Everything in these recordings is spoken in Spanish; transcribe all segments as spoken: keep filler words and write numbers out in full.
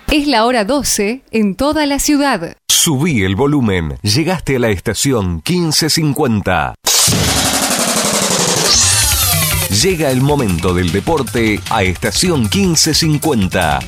Es la hora doce en toda la ciudad. Subí el volumen. Llegaste a la estación quince cincuenta. Llega el momento del deporte a estación quince cincuenta.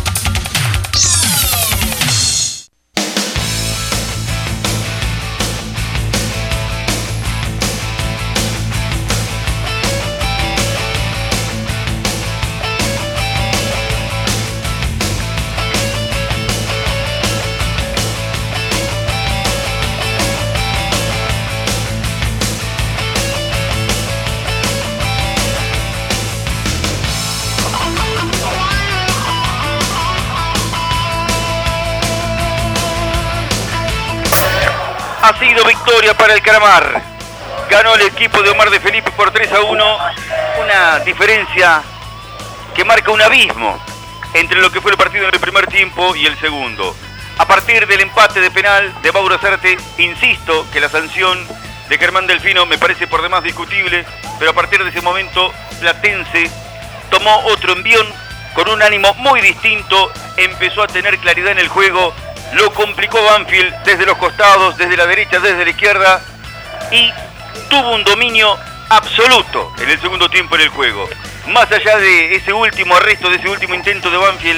Ha sido victoria para el Calamar. Ganó el equipo de Omar de Felipe por tres a uno. Una diferencia que marca un abismo entre lo que fue el partido en el primer tiempo y el segundo. A partir del empate de penal de Mauro Sarte, insisto que la sanción de Germán Delfino me parece por demás discutible, pero a partir de ese momento Platense tomó otro envión con un ánimo muy distinto, empezó a tener claridad en el juego. Lo complicó Banfield desde los costados, desde la derecha, desde la izquierda, y tuvo un dominio absoluto en el segundo tiempo en el juego. Más allá de ese último arresto, de ese último intento de Banfield,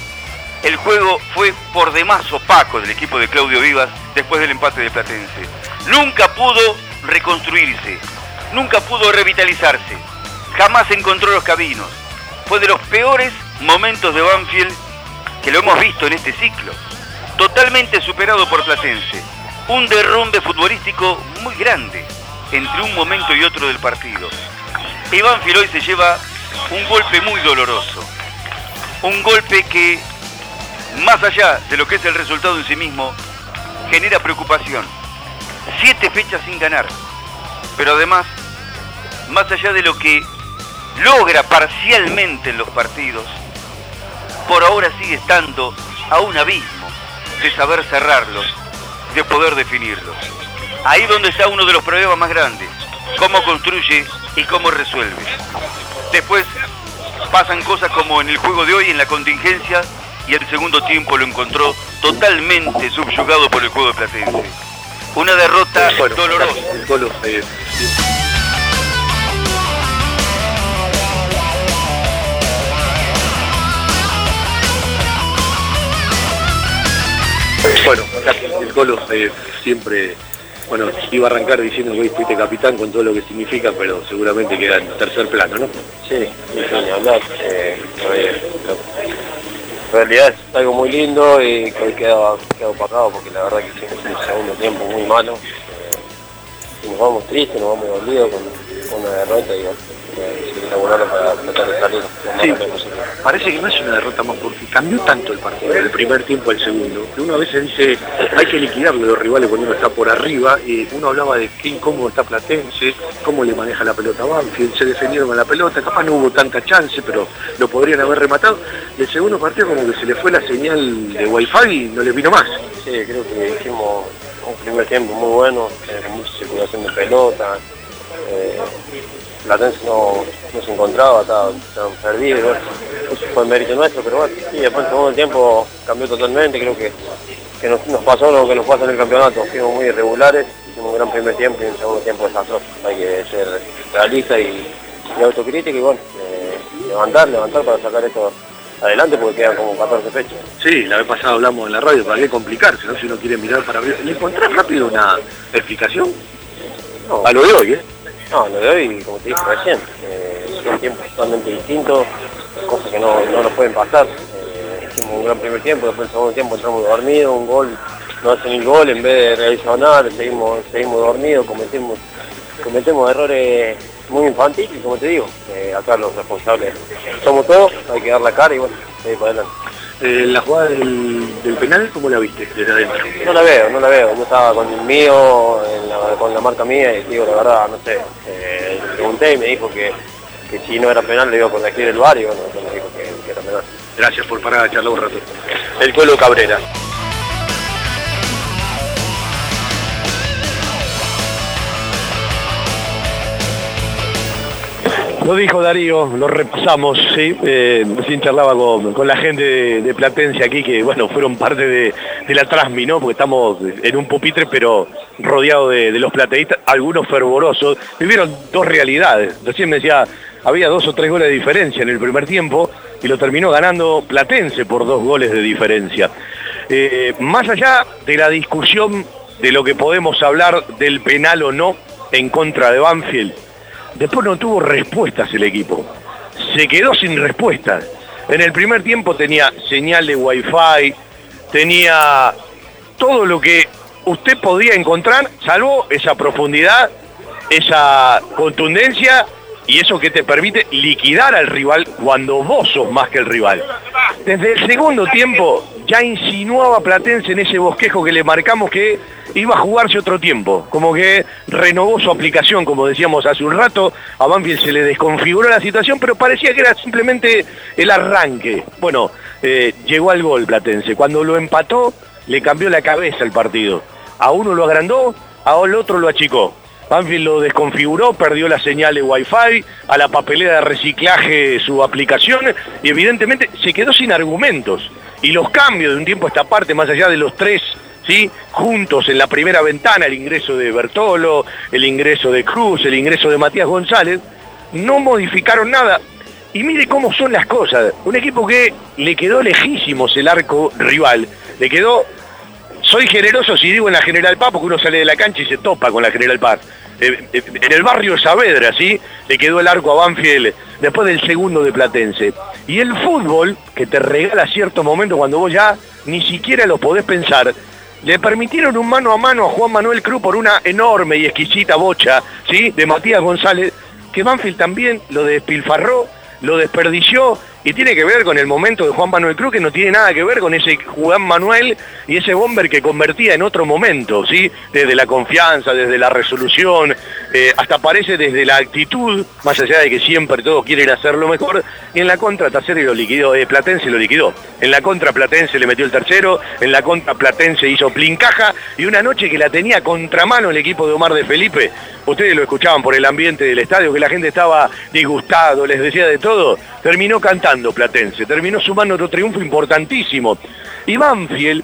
el juego fue por demás opaco del equipo de Claudio Vivas después del empate de Platense. Nunca pudo reconstruirse, nunca pudo revitalizarse, jamás encontró los caminos. Fue de los peores momentos de Banfield que lo hemos visto en este ciclo. Totalmente superado por Platense. Un derrumbe futbolístico muy grande entre un momento y otro del partido. Y Banfield hoy se lleva un golpe muy doloroso. Un golpe que, más allá de lo que es el resultado en sí mismo, genera preocupación. Siete fechas sin ganar. Pero además, más allá de lo que logra parcialmente en los partidos, por ahora sigue estando a un abismo de saber cerrarlos, de poder definirlos. Ahí donde está uno de los problemas más grandes, cómo construye y cómo resuelve. Después pasan cosas como en el juego de hoy, en la contingencia, y el segundo tiempo lo encontró totalmente subyugado por el juego de Platense. Una derrota bueno, dolorosa. El gol, eh, Bueno, el Colo eh, siempre, bueno, iba a arrancar diciendo que hoy fuiste capitán con todo lo que significa, pero seguramente queda en tercer plano, ¿no? Sí, sí, ni hablar. Eh, en realidad es algo muy lindo y que hoy queda, queda opacado porque la verdad que hicimos un segundo tiempo muy malo. Eh, y nos vamos tristes, nos vamos dolidos con, con una derrota y bueno, eh, seguir laburando para tratar de salir lo más sí, rápido posible. Parece que no es una derrota más porque cambió tanto el partido, del primer tiempo al segundo, que uno a veces dice hay que liquidarle a los rivales cuando uno está por arriba, y uno hablaba de qué incómodo está Platense, cómo le maneja la pelota Banfield, se defendieron con la pelota, capaz no hubo tanta chance, pero lo podrían haber rematado, y el segundo partido como que se le fue la señal de Wi-Fi y no le vino más. Sí, creo que hicimos un primer tiempo muy bueno, eh, con mucha circulación de pelota. Eh, Platense no, no se encontraba, estaban perdidos, bueno, eso fue el mérito nuestro, pero bueno, sí, después en segundo tiempo cambió totalmente, creo que, que nos, nos pasó lo que nos pasa en el campeonato, fuimos muy irregulares, hicimos un gran primer tiempo y un segundo tiempo desastroso, hay que ser realista y, y autocrítica y bueno, eh, levantar, levantar para sacar esto adelante porque quedan como catorce fechas. Sí, la vez pasada hablamos en la radio, ¿para qué complicarse? ¿No? Si uno quiere mirar para arriba, ¿le encontrás rápido una explicación? No, a lo de hoy, ¿eh? No, lo de hoy, como te dije recién, eh, son tiempos totalmente distintos, cosas que no, no nos pueden pasar. Eh, hicimos un gran primer tiempo, después el segundo tiempo entramos dormidos, un gol, no hacen el gol, en vez de reaccionar, seguimos, seguimos dormidos, cometemos, cometemos errores muy infantiles, como te digo, eh, acá los responsables somos todos, hay que dar la cara y bueno, seguir para adelante. Eh, la jugada del, del penal, ¿cómo la viste desde adentro? No la veo, no la veo. Yo estaba con el mío, en la, con la marca mía, y digo, la verdad, no sé. Eh, le pregunté y me dijo que, que si no era penal le iba a corregir el V A R y bueno, me dijo que, que era penal. Gracias por parar a charlar un rato. El Colo Cabrera. Lo dijo Darío, lo repasamos, ¿sí? Eh, recién charlaba con, con la gente de, de Platense aquí, que bueno, fueron parte de, de la transmi, ¿no? Porque estamos en un pupitre, pero rodeado de, de los plateístas, algunos fervorosos. Vivieron dos realidades. Recién me decía, había dos o tres goles de diferencia en el primer tiempo, y lo terminó ganando Platense por dos goles de diferencia. Eh, más allá de la discusión de lo que podemos hablar del penal o no en contra de Banfield, después no tuvo respuestas el equipo. Se quedó sin respuestas. En el primer tiempo tenía señal de wifi, tenía todo lo que usted podía encontrar, salvo esa profundidad, esa contundencia y eso que te permite liquidar al rival cuando vos sos más que el rival. Desde el segundo tiempo ya insinuaba Platense en ese bosquejo que le marcamos que iba a jugarse otro tiempo, como que renovó su aplicación, como decíamos hace un rato. A Banfield se le desconfiguró la situación, pero parecía que era simplemente el arranque. Bueno, eh, llegó al gol Platense. Cuando lo empató, le cambió la cabeza el partido. A uno lo agrandó, al otro lo achicó. Banfield lo desconfiguró, perdió la señal de wifi, a la papelera de reciclaje su aplicación, y evidentemente se quedó sin argumentos. Y los cambios de un tiempo a esta parte, más allá de los tres, ¿sí?, juntos en la primera ventana, el ingreso de Bertolo, el ingreso de Cruz, el ingreso de Matías González, no modificaron nada. Y mire cómo son las cosas. Un equipo que le quedó lejísimos el arco rival, le quedó... Soy generoso si digo en la General Paz, porque uno sale de la cancha y se topa con la General Paz. Eh, eh, en el barrio Saavedra, ¿sí?, le quedó el arco a Banfield después del segundo de Platense. Y el fútbol, que te regala ciertos momentos cuando vos ya ni siquiera lo podés pensar, le permitieron un mano a mano a Juan Manuel Cruz por una enorme y exquisita bocha, ¿sí?, de Matías González, que Banfield también lo despilfarró, lo desperdició, y tiene que ver con el momento de Juan Manuel Cruz, que no tiene nada que ver con ese Juan Manuel y ese bomber que convertía en otro momento, ¿sí?, desde la confianza, desde la resolución, eh, hasta parece desde la actitud, más allá de que siempre todos quieren hacerlo mejor. Y en la contra Tasseri lo liquidó, eh, Platense lo liquidó. En la contra Platense le metió el tercero, en la contra Platense hizo plincaja, y una noche que la tenía contramano el equipo de Omar de Felipe. Ustedes lo escuchaban por el ambiente del estadio, que la gente estaba disgustado, les decía de todo. Terminó cantando Platense, terminó sumando otro triunfo importantísimo. Y Banfield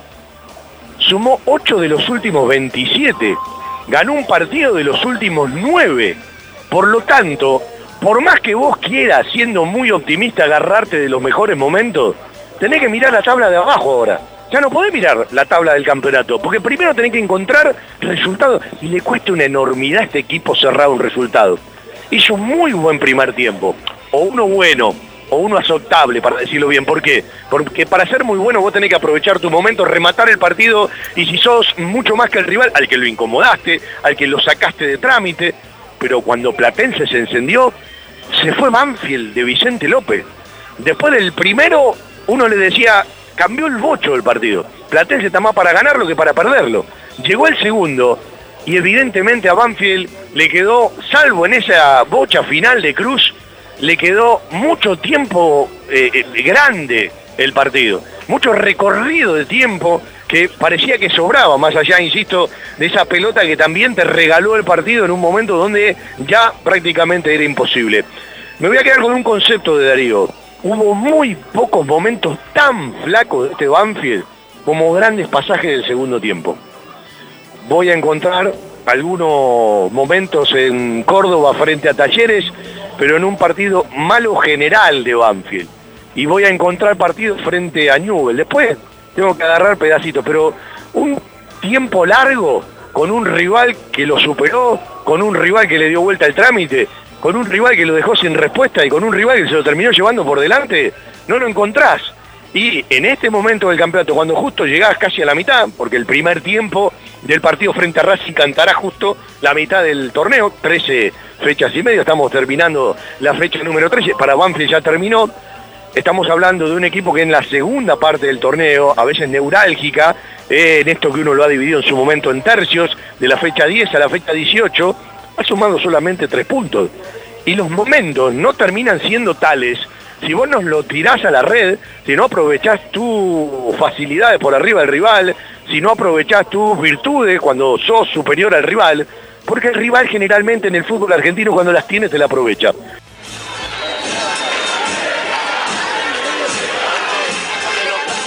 sumó ocho de los últimos veintisiete, ganó un partido de los últimos nueve. Por lo tanto, por más que vos quieras, siendo muy optimista, agarrarte de los mejores momentos, tenés que mirar la tabla de abajo ahora. Ya no podés mirar la tabla del campeonato, porque primero tenés que encontrar resultados, y le cuesta una enormidad a este equipo cerrar un resultado. Hizo un muy buen primer tiempo, o uno bueno, o uno aceptable, para decirlo bien. ¿Por qué? Porque para ser muy bueno vos tenés que aprovechar tu momento, rematar el partido, y si sos mucho más que el rival, al que lo incomodaste, al que lo sacaste de trámite. Pero cuando Platense se encendió, se fue Banfield de Vicente López. Después del primero, uno le decía, cambió el bocho del partido. Platense está más para ganarlo que para perderlo. Llegó el segundo, y evidentemente a Banfield le quedó, salvo en esa bocha final de Cruz, le quedó mucho tiempo eh, eh, grande el partido, mucho recorrido de tiempo que parecía que sobraba, más allá, insisto, de esa pelota que también te regaló el partido en un momento donde ya prácticamente era imposible. Me voy a quedar con un concepto de Darío. Hubo muy pocos momentos tan flacos de este Banfield como grandes pasajes del segundo tiempo. Voy a encontrar algunos momentos en Córdoba frente a Talleres, pero en un partido malo general de Banfield. Y voy a encontrar partidos frente a Newell's. Después tengo que agarrar pedacitos, pero un tiempo largo con un rival que lo superó, con un rival que le dio vuelta al trámite, con un rival que lo dejó sin respuesta y con un rival que se lo terminó llevando por delante, no lo encontrás. Y en este momento del campeonato, cuando justo llegás casi a la mitad, porque el primer tiempo del partido frente a Racing cantará justo la mitad del torneo, trece fechas y media, estamos terminando la fecha número trece, para Banfield ya terminó. Estamos hablando de un equipo que en la segunda parte del torneo, a veces neurálgica, eh, en esto que uno lo ha dividido en su momento en tercios, de la fecha diez a la fecha dieciocho, ha sumado solamente tres puntos. Y los momentos no terminan siendo tales. Si vos nos lo tirás a la red, si no aprovechás tus facilidades por arriba del rival, si no aprovechás tus virtudes cuando sos superior al rival, porque el rival generalmente en el fútbol argentino cuando las tiene te la aprovecha.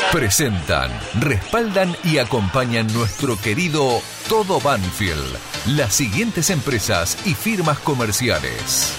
Presentan, respaldan y acompañan nuestro querido Todo Banfield. Las siguientes empresas y firmas comerciales.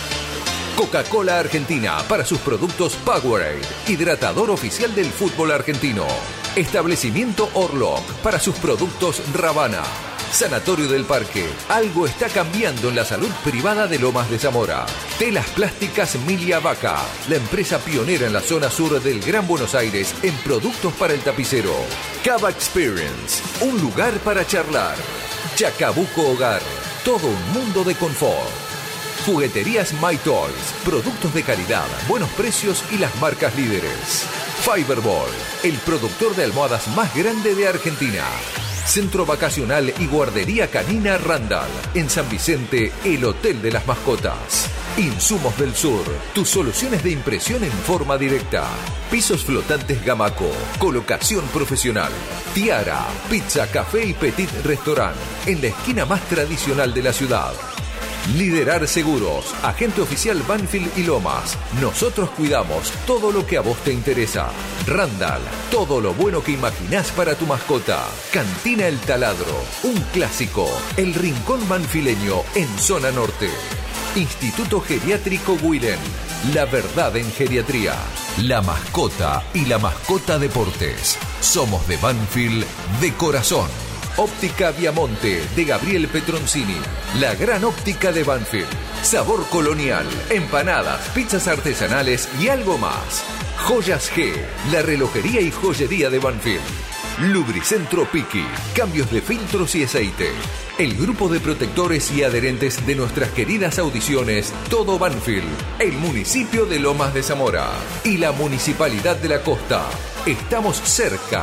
Coca-Cola Argentina para sus productos Powerade, hidratador oficial del fútbol argentino. Establecimiento Orlock para sus productos Ravana. Sanatorio del Parque. Algo está cambiando en la salud privada de Lomas de Zamora. Telas Plásticas Milia Vaca, la empresa pionera en la zona sur del Gran Buenos Aires en productos para el tapicero. Cava Experience, un lugar para charlar. Chacabuco Hogar, todo un mundo de confort. Jugueterías My Toys, productos de calidad, buenos precios y las marcas líderes. Fiberball, el productor de almohadas más grande de Argentina. Centro Vacacional y Guardería Canina Randall. En San Vicente, el Hotel de las Mascotas. Insumos del Sur, tus soluciones de impresión en forma directa. Pisos flotantes Gamaco, colocación profesional. Tiara, pizza, café y petit restaurant. En la esquina más tradicional de la ciudad. Liderar Seguros, agente oficial Banfield y Lomas. Nosotros cuidamos todo lo que a vos te interesa. Randall, todo lo bueno que imaginás para tu mascota. Cantina El Taladro, un clásico. El rincón banfileño en zona norte. Instituto Geriátrico Guilén, la verdad en geriatría. La Mascota y la Mascota Deportes. Somos de Banfield de corazón. Óptica Viamonte de Gabriel Petroncini. La gran óptica de Banfield. Sabor colonial, empanadas, pizzas artesanales y algo más. Joyas G, la relojería y joyería de Banfield. Lubricentro Piqui, cambios de filtros y aceite. El grupo de protectores y adherentes de nuestras queridas audiciones Todo Banfield, el municipio de Lomas de Zamora y la Municipalidad de la Costa. Estamos cerca.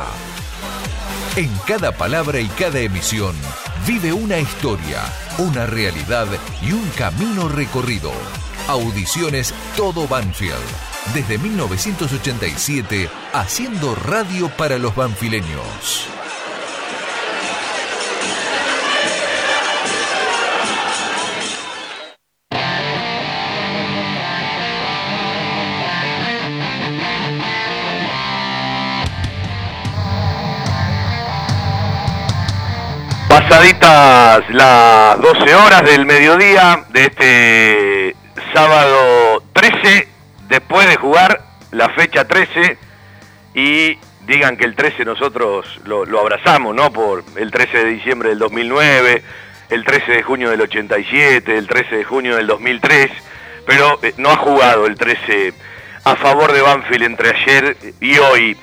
En cada palabra y cada emisión vive una historia, una realidad y un camino recorrido. Audiciones Todo Banfield. Desde mil novecientos ochenta y siete, haciendo radio para los banfileños. Pasaditas las doce horas del mediodía de este sábado trece, después de jugar la fecha trece, y digan que el trece nosotros lo, lo abrazamos, ¿no? Por el trece de diciembre del dos mil nueve, el trece de junio del ochenta y siete, el trece de junio del dos mil tres, pero eh, no ha jugado el trece a favor de Banfield entre ayer y hoy.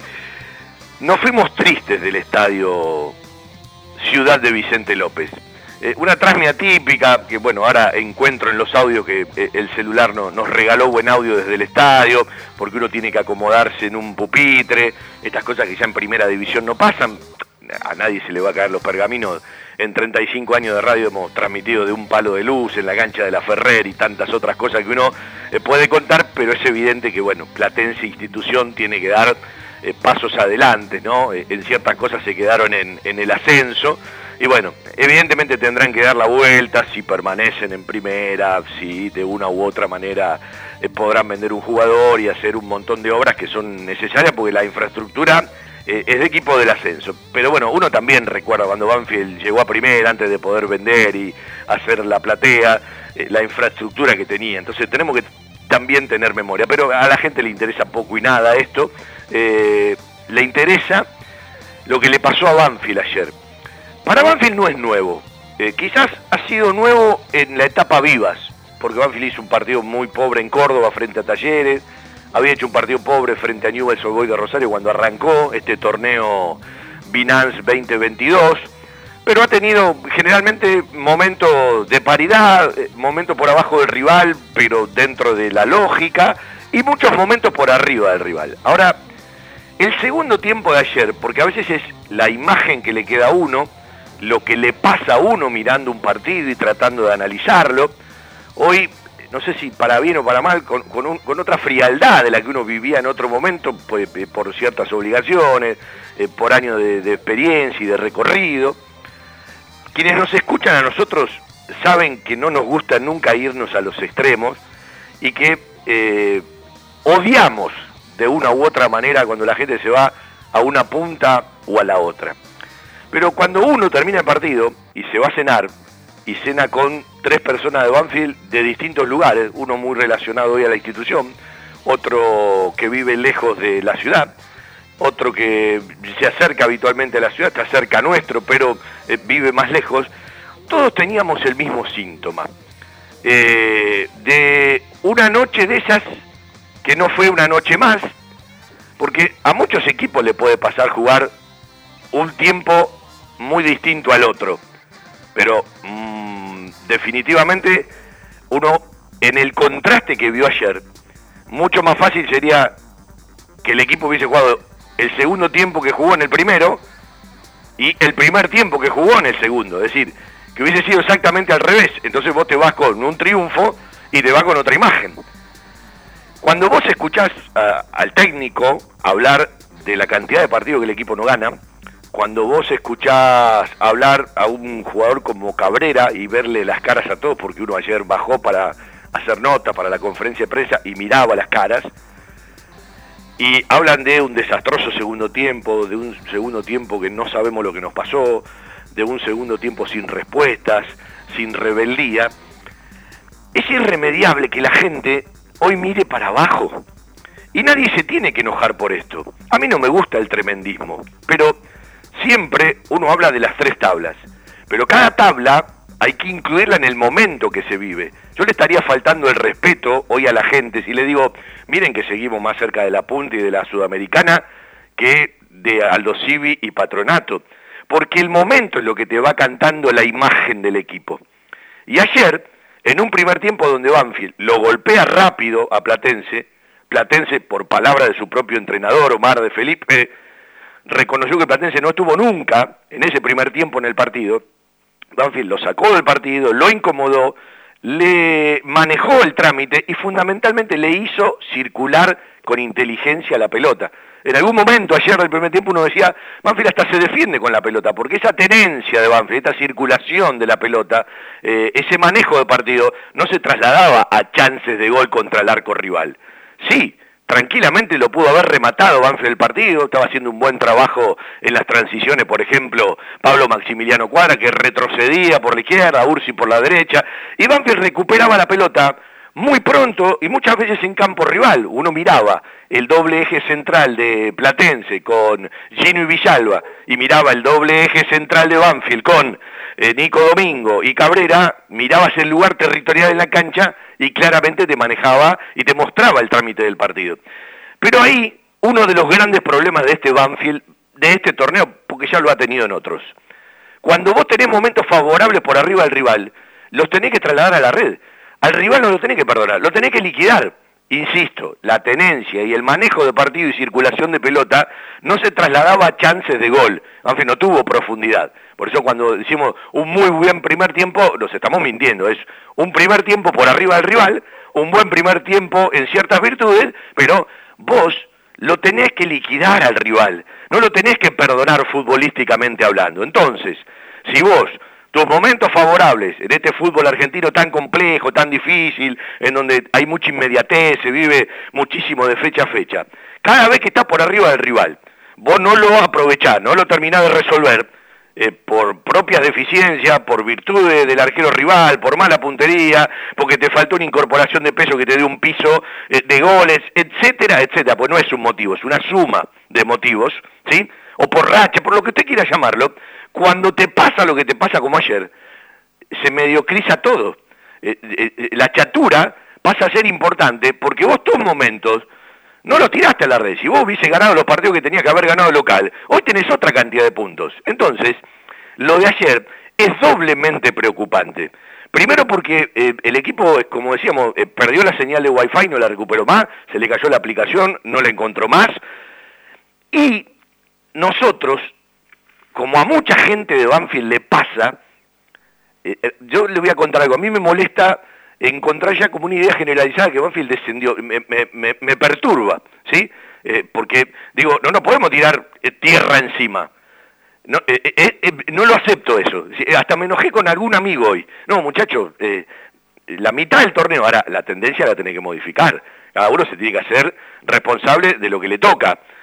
Nos fuimos tristes del estadio Ciudad de Vicente López. Eh, una transmisión atípica, que bueno, ahora encuentro en los audios que eh, el celular no, nos regaló buen audio desde el estadio, porque uno tiene que acomodarse en un pupitre, estas cosas que ya en primera división no pasan. A nadie se le va a caer los pergaminos. En treinta y cinco años de radio hemos transmitido de un palo de luz en la cancha de la Ferrer y tantas otras cosas que uno eh, puede contar, pero es evidente que bueno, Platense institución tiene que dar Eh, pasos adelante, ¿no? Eh, en ciertas cosas se quedaron en, en el ascenso, y bueno, evidentemente tendrán que dar la vuelta si permanecen en primera, si de una u otra manera eh, podrán vender un jugador y hacer un montón de obras que son necesarias, porque la infraestructura eh, es de equipo del ascenso. Pero bueno, uno también recuerda cuando Banfield llegó a primera antes de poder vender y hacer la platea, eh, la infraestructura que tenía. Entonces tenemos que también tener memoria, pero a la gente le interesa poco y nada esto. Eh, le interesa lo que le pasó a Banfield ayer. Para Banfield no es nuevo, eh, quizás ha sido nuevo en la etapa Vivas, porque Banfield hizo un partido muy pobre en Córdoba frente a Talleres, había hecho un partido pobre frente a Newell's Old Boys de Rosario cuando arrancó este torneo Binance veinte veintidós, pero ha tenido generalmente momentos de paridad, momentos por abajo del rival, pero dentro de la lógica, y muchos momentos por arriba del rival. Ahora, el segundo tiempo de ayer, porque a veces es la imagen que le queda a uno, lo que le pasa a uno mirando un partido y tratando de analizarlo, hoy, no sé si para bien o para mal, con, con, un, con otra frialdad de la que uno vivía en otro momento, pues, por ciertas obligaciones, eh, por años de, de experiencia y de recorrido. Quienes nos escuchan a nosotros saben que no nos gusta nunca irnos a los extremos y que eh, odiamos de una u otra manera cuando la gente se va a una punta o a la otra. Pero cuando uno termina el partido y se va a cenar, y cena con tres personas de Banfield de distintos lugares, uno muy relacionado hoy a la institución, otro que vive lejos de la ciudad, otro que se acerca habitualmente a la ciudad, está cerca nuestro, pero eh, vive más lejos, todos teníamos el mismo síntoma. Eh, de una noche de esas que no fue una noche más, porque a muchos equipos le puede pasar jugar un tiempo muy distinto al otro, pero mmm, definitivamente uno, en el contraste que vio ayer, mucho más fácil sería que el equipo hubiese jugado el segundo tiempo que jugó en el primero y el primer tiempo que jugó en el segundo, es decir, que hubiese sido exactamente al revés. Entonces vos te vas con un triunfo y te vas con otra imagen. Cuando vos escuchás uh, al técnico hablar de la cantidad de partidos que el equipo no gana, cuando vos escuchás hablar a un jugador como Cabrera y verle las caras a todos, porque uno ayer bajó para hacer nota para la conferencia de prensa y miraba las caras, y hablan de un desastroso segundo tiempo, de un segundo tiempo que no sabemos lo que nos pasó, de un segundo tiempo sin respuestas, sin rebeldía, es irremediable que la gente hoy mire para abajo. Y nadie se tiene que enojar por esto. A mí no me gusta el tremendismo, pero siempre uno habla de las tres tablas. Pero cada tabla hay que incluirla en el momento que se vive. Yo le estaría faltando el respeto hoy a la gente si le digo, miren que seguimos más cerca de la punta y de la Sudamericana que de Aldo Civi y Patronato. Porque el momento es lo que te va cantando la imagen del equipo. Y ayer, en un primer tiempo donde Banfield lo golpea rápido a Platense, Platense, por palabra de su propio entrenador, Omar de Felipe, reconoció que Platense no estuvo nunca en ese primer tiempo en el partido. Banfield lo sacó del partido, lo incomodó, le manejó el trámite y fundamentalmente le hizo circular con inteligencia la pelota. En algún momento ayer del primer tiempo uno decía, Banfield hasta se defiende con la pelota, porque esa tenencia de Banfield, esta circulación de la pelota, eh, ese manejo de partido, no se trasladaba a chances de gol contra el arco rival. Sí, tranquilamente lo pudo haber rematado Banfield el partido, estaba haciendo un buen trabajo en las transiciones, por ejemplo, Pablo Maximiliano Cuadra, que retrocedía por la izquierda, Ursi por la derecha, y Banfield recuperaba la pelota muy pronto y muchas veces en campo rival. Uno miraba el doble eje central de Platense con Gino y Villalba y miraba el doble eje central de Banfield con eh, Nico Domingo y Cabrera, mirabas el lugar territorial en la cancha y claramente te manejaba y te mostraba el trámite del partido. Pero ahí uno de los grandes problemas de este Banfield, de este torneo, porque ya lo ha tenido en otros. Cuando vos tenés momentos favorables por arriba del rival, los tenés que trasladar a la red. Al rival no lo tenés que perdonar, lo tenés que liquidar. Insisto, la tenencia y el manejo de partido y circulación de pelota no se trasladaba a chances de gol. Banfield no tuvo profundidad. Por eso cuando decimos un muy buen primer tiempo, nos estamos mintiendo. Es un primer tiempo por arriba del rival, un buen primer tiempo en ciertas virtudes, pero vos lo tenés que liquidar al rival. No lo tenés que perdonar futbolísticamente hablando. Entonces, si vos tus momentos favorables en este fútbol argentino tan complejo, tan difícil, en donde hay mucha inmediatez, se vive muchísimo de fecha a fecha, cada vez que estás por arriba del rival, vos no lo aprovechás, no lo terminás de resolver, eh, por propias deficiencias, por virtudes del arquero rival, por mala puntería, porque te faltó una incorporación de peso que te dé un piso eh, de goles, etcétera, etcétera, pues no es un motivo, es una suma de motivos, ¿sí? O por racha, por lo que usted quiera llamarlo. Cuando te pasa lo que te pasa como ayer, se mediocriza todo. Eh, eh, la chatura pasa a ser importante porque vos tus momentos no los tiraste a la red. Si vos hubiese ganado los partidos que tenías que haber ganado local, hoy tenés otra cantidad de puntos. Entonces, lo de ayer es doblemente preocupante. Primero porque eh, el equipo, como decíamos, eh, perdió la señal de Wi-Fi, no la recuperó más, se le cayó la aplicación, no la encontró más. Y nosotros, como a mucha gente de Banfield le pasa, eh, yo le voy a contar algo, a mí me molesta encontrar ya como una idea generalizada que Banfield descendió, me, me, me, me perturba, ¿sí? Eh, porque, digo, no nos podemos tirar eh, tierra encima, no, eh, eh, eh, no lo acepto eso, hasta me enojé con algún amigo hoy, no muchachos, eh, la mitad del torneo, ahora la tendencia la tenés que modificar, cada uno se tiene que hacer responsable de lo que le toca.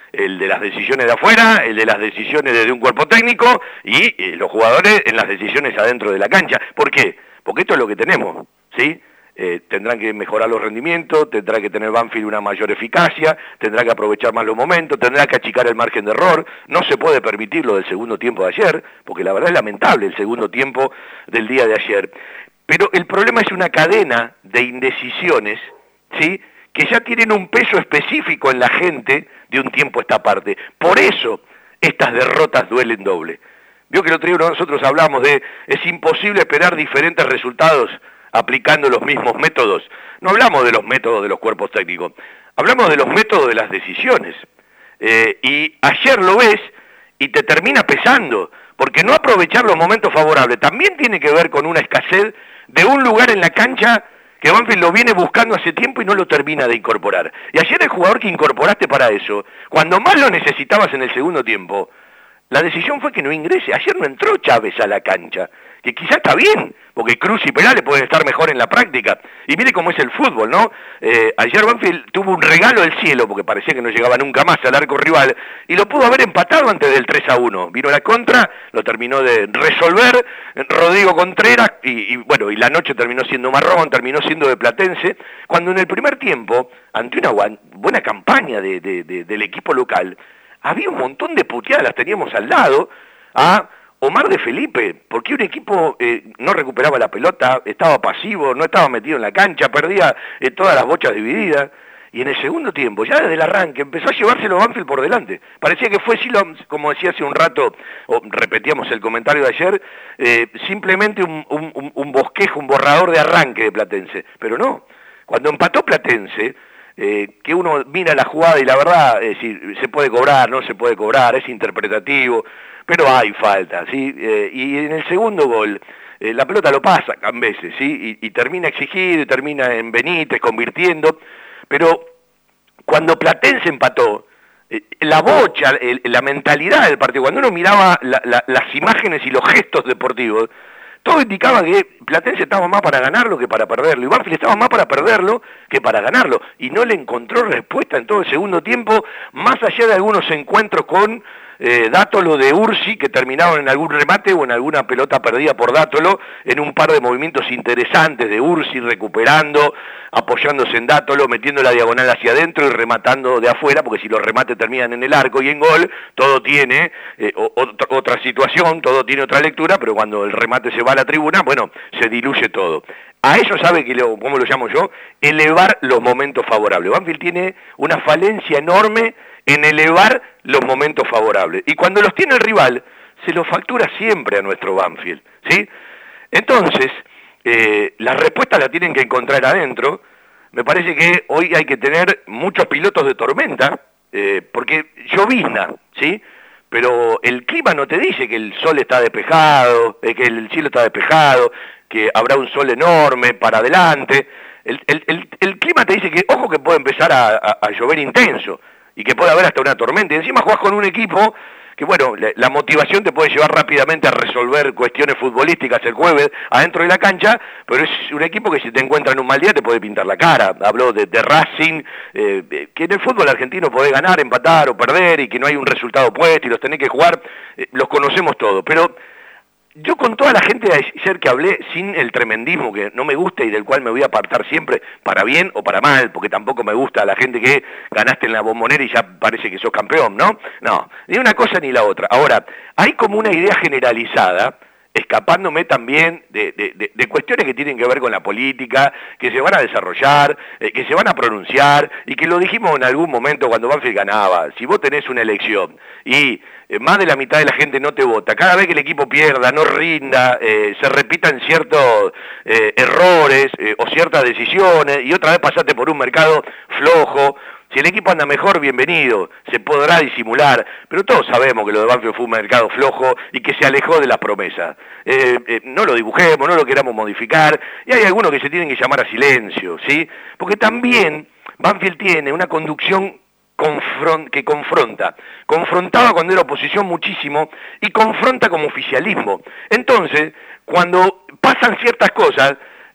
el de las decisiones de afuera, el de las decisiones desde un cuerpo técnico y eh, los jugadores en las decisiones adentro de la cancha. ¿Por qué? Porque esto es lo que tenemos, ¿sí? Eh, tendrán que mejorar los rendimientos, tendrá que tener Banfield una mayor eficacia, tendrá que aprovechar más los momentos, tendrá que achicar el margen de error, no se puede permitir lo del segundo tiempo de ayer, porque la verdad es lamentable el segundo tiempo del día de ayer. Pero el problema es una cadena de indecisiones, ¿sí?, que ya tienen un peso específico en la gente de un tiempo a esta parte. Por eso estas derrotas duelen doble. Vio que el otro día nosotros hablamos de es imposible esperar diferentes resultados aplicando los mismos métodos. No hablamos de los métodos de los cuerpos técnicos, hablamos de los métodos de las decisiones. Eh, y ayer lo ves y te termina pesando, porque no aprovechar los momentos favorables también tiene que ver con una escasez de un lugar en la cancha que Banfield lo viene buscando hace tiempo y no lo termina de incorporar. Y ayer el jugador que incorporaste para eso, cuando más lo necesitabas en el segundo tiempo, la decisión fue que no ingrese. Ayer no entró Chávez a la cancha, que quizá está bien, porque Cruz y Perales pueden estar mejor en la práctica. Y mire cómo es el fútbol, ¿no? Eh, ayer Banfield tuvo un regalo del cielo, porque parecía que no llegaba nunca más al arco rival, y lo pudo haber empatado antes del tres a uno. Vino la contra, lo terminó de resolver Rodrigo Contreras, y, y bueno, y la noche terminó siendo marrón, terminó siendo de Platense, cuando en el primer tiempo, ante una buena campaña de, de, de, del equipo local, había un montón de puteadas, las teníamos al lado, a Omar de Felipe, porque un equipo eh, no recuperaba la pelota, estaba pasivo, no estaba metido en la cancha, perdía eh, todas las bochas divididas, y en el segundo tiempo, ya desde el arranque, empezó a llevárselo Banfield por delante. Parecía que fue, como decía hace un rato, o repetíamos el comentario de ayer, eh, simplemente un, un, un bosquejo, un borrador de arranque de Platense, pero no, cuando empató Platense, Eh, que uno mira la jugada y la verdad, es decir, se puede cobrar, no se puede cobrar, es interpretativo, pero hay falta, ¿sí? Eh, y en el segundo gol, eh, la pelota lo pasa a veces, ¿sí? Y, y termina exigido, y termina en Benítez, convirtiendo, pero cuando Platense empató, eh, la bocha, el, la mentalidad del partido, cuando uno miraba la, la, las imágenes y los gestos deportivos, todo indicaba que Platense estaba más para ganarlo que para perderlo, y Banfield estaba más para perderlo que para ganarlo, y no le encontró respuesta en todo el segundo tiempo, más allá de algunos encuentros con eh, Dátolo de Ursi, que terminaron en algún remate o en alguna pelota perdida por Dátolo, en un par de movimientos interesantes de Ursi, recuperando, apoyándose en Dátolo, metiendo la diagonal hacia adentro y rematando de afuera, porque si los remates terminan en el arco y en gol, todo tiene eh, otra, otra situación, todo tiene otra lectura, pero cuando el remate se va a la tribuna, bueno, se diluye todo. A eso sabe que, lo, ¿cómo lo llamo yo? Elevar los momentos favorables. Banfield tiene una falencia enorme en elevar los momentos favorables. Y cuando los tiene el rival, se los factura siempre a nuestro Banfield, ¿sí? Entonces, eh, las respuestas las tienen que encontrar adentro. Me parece que hoy hay que tener muchos pilotos de tormenta, eh, porque llovizna, ¿sí? Pero el clima no te dice que el sol está despejado, eh, que el cielo está despejado, que habrá un sol enorme para adelante. El, el, el, el clima te dice que, ojo, que puede empezar a, a, a llover intenso y que puede haber hasta una tormenta. Y encima jugás con un equipo que, bueno, la, la motivación te puede llevar rápidamente a resolver cuestiones futbolísticas el jueves adentro de la cancha, pero es un equipo que si te encuentra en un mal día te puede pintar la cara. Habló de, de Racing, eh, que en el fútbol argentino podés ganar, empatar o perder y que no hay un resultado puesto y los tenés que jugar, eh, los conocemos todos, pero yo con toda la gente de ayer que hablé, sin el tremendismo que no me gusta y del cual me voy a apartar siempre, para bien o para mal, porque tampoco me gusta la gente que ganaste en la Bombonera y ya parece que sos campeón, ¿no? No, ni una cosa ni la otra. Ahora, hay como una idea generalizada, escapándome también de, de, de, de cuestiones que tienen que ver con la política, que se van a desarrollar, eh, que se van a pronunciar, y que lo dijimos en algún momento cuando Banfield ganaba. Si vos tenés una elección y eh, más de la mitad de la gente no te vota, cada vez que el equipo pierda, no rinda, eh, se repitan ciertos eh, errores eh, o ciertas decisiones, y otra vez pasaste por un mercado flojo. Si el equipo anda mejor, bienvenido, se podrá disimular, pero todos sabemos que lo de Banfield fue un mercado flojo y que se alejó de las promesas. Eh, eh, no lo dibujemos, no lo queramos modificar, y hay algunos que se tienen que llamar a silencio, ¿sí? Porque también Banfield tiene una conducción confron- que confronta, confrontaba cuando era oposición muchísimo y confronta como oficialismo. Entonces, cuando pasan ciertas cosas,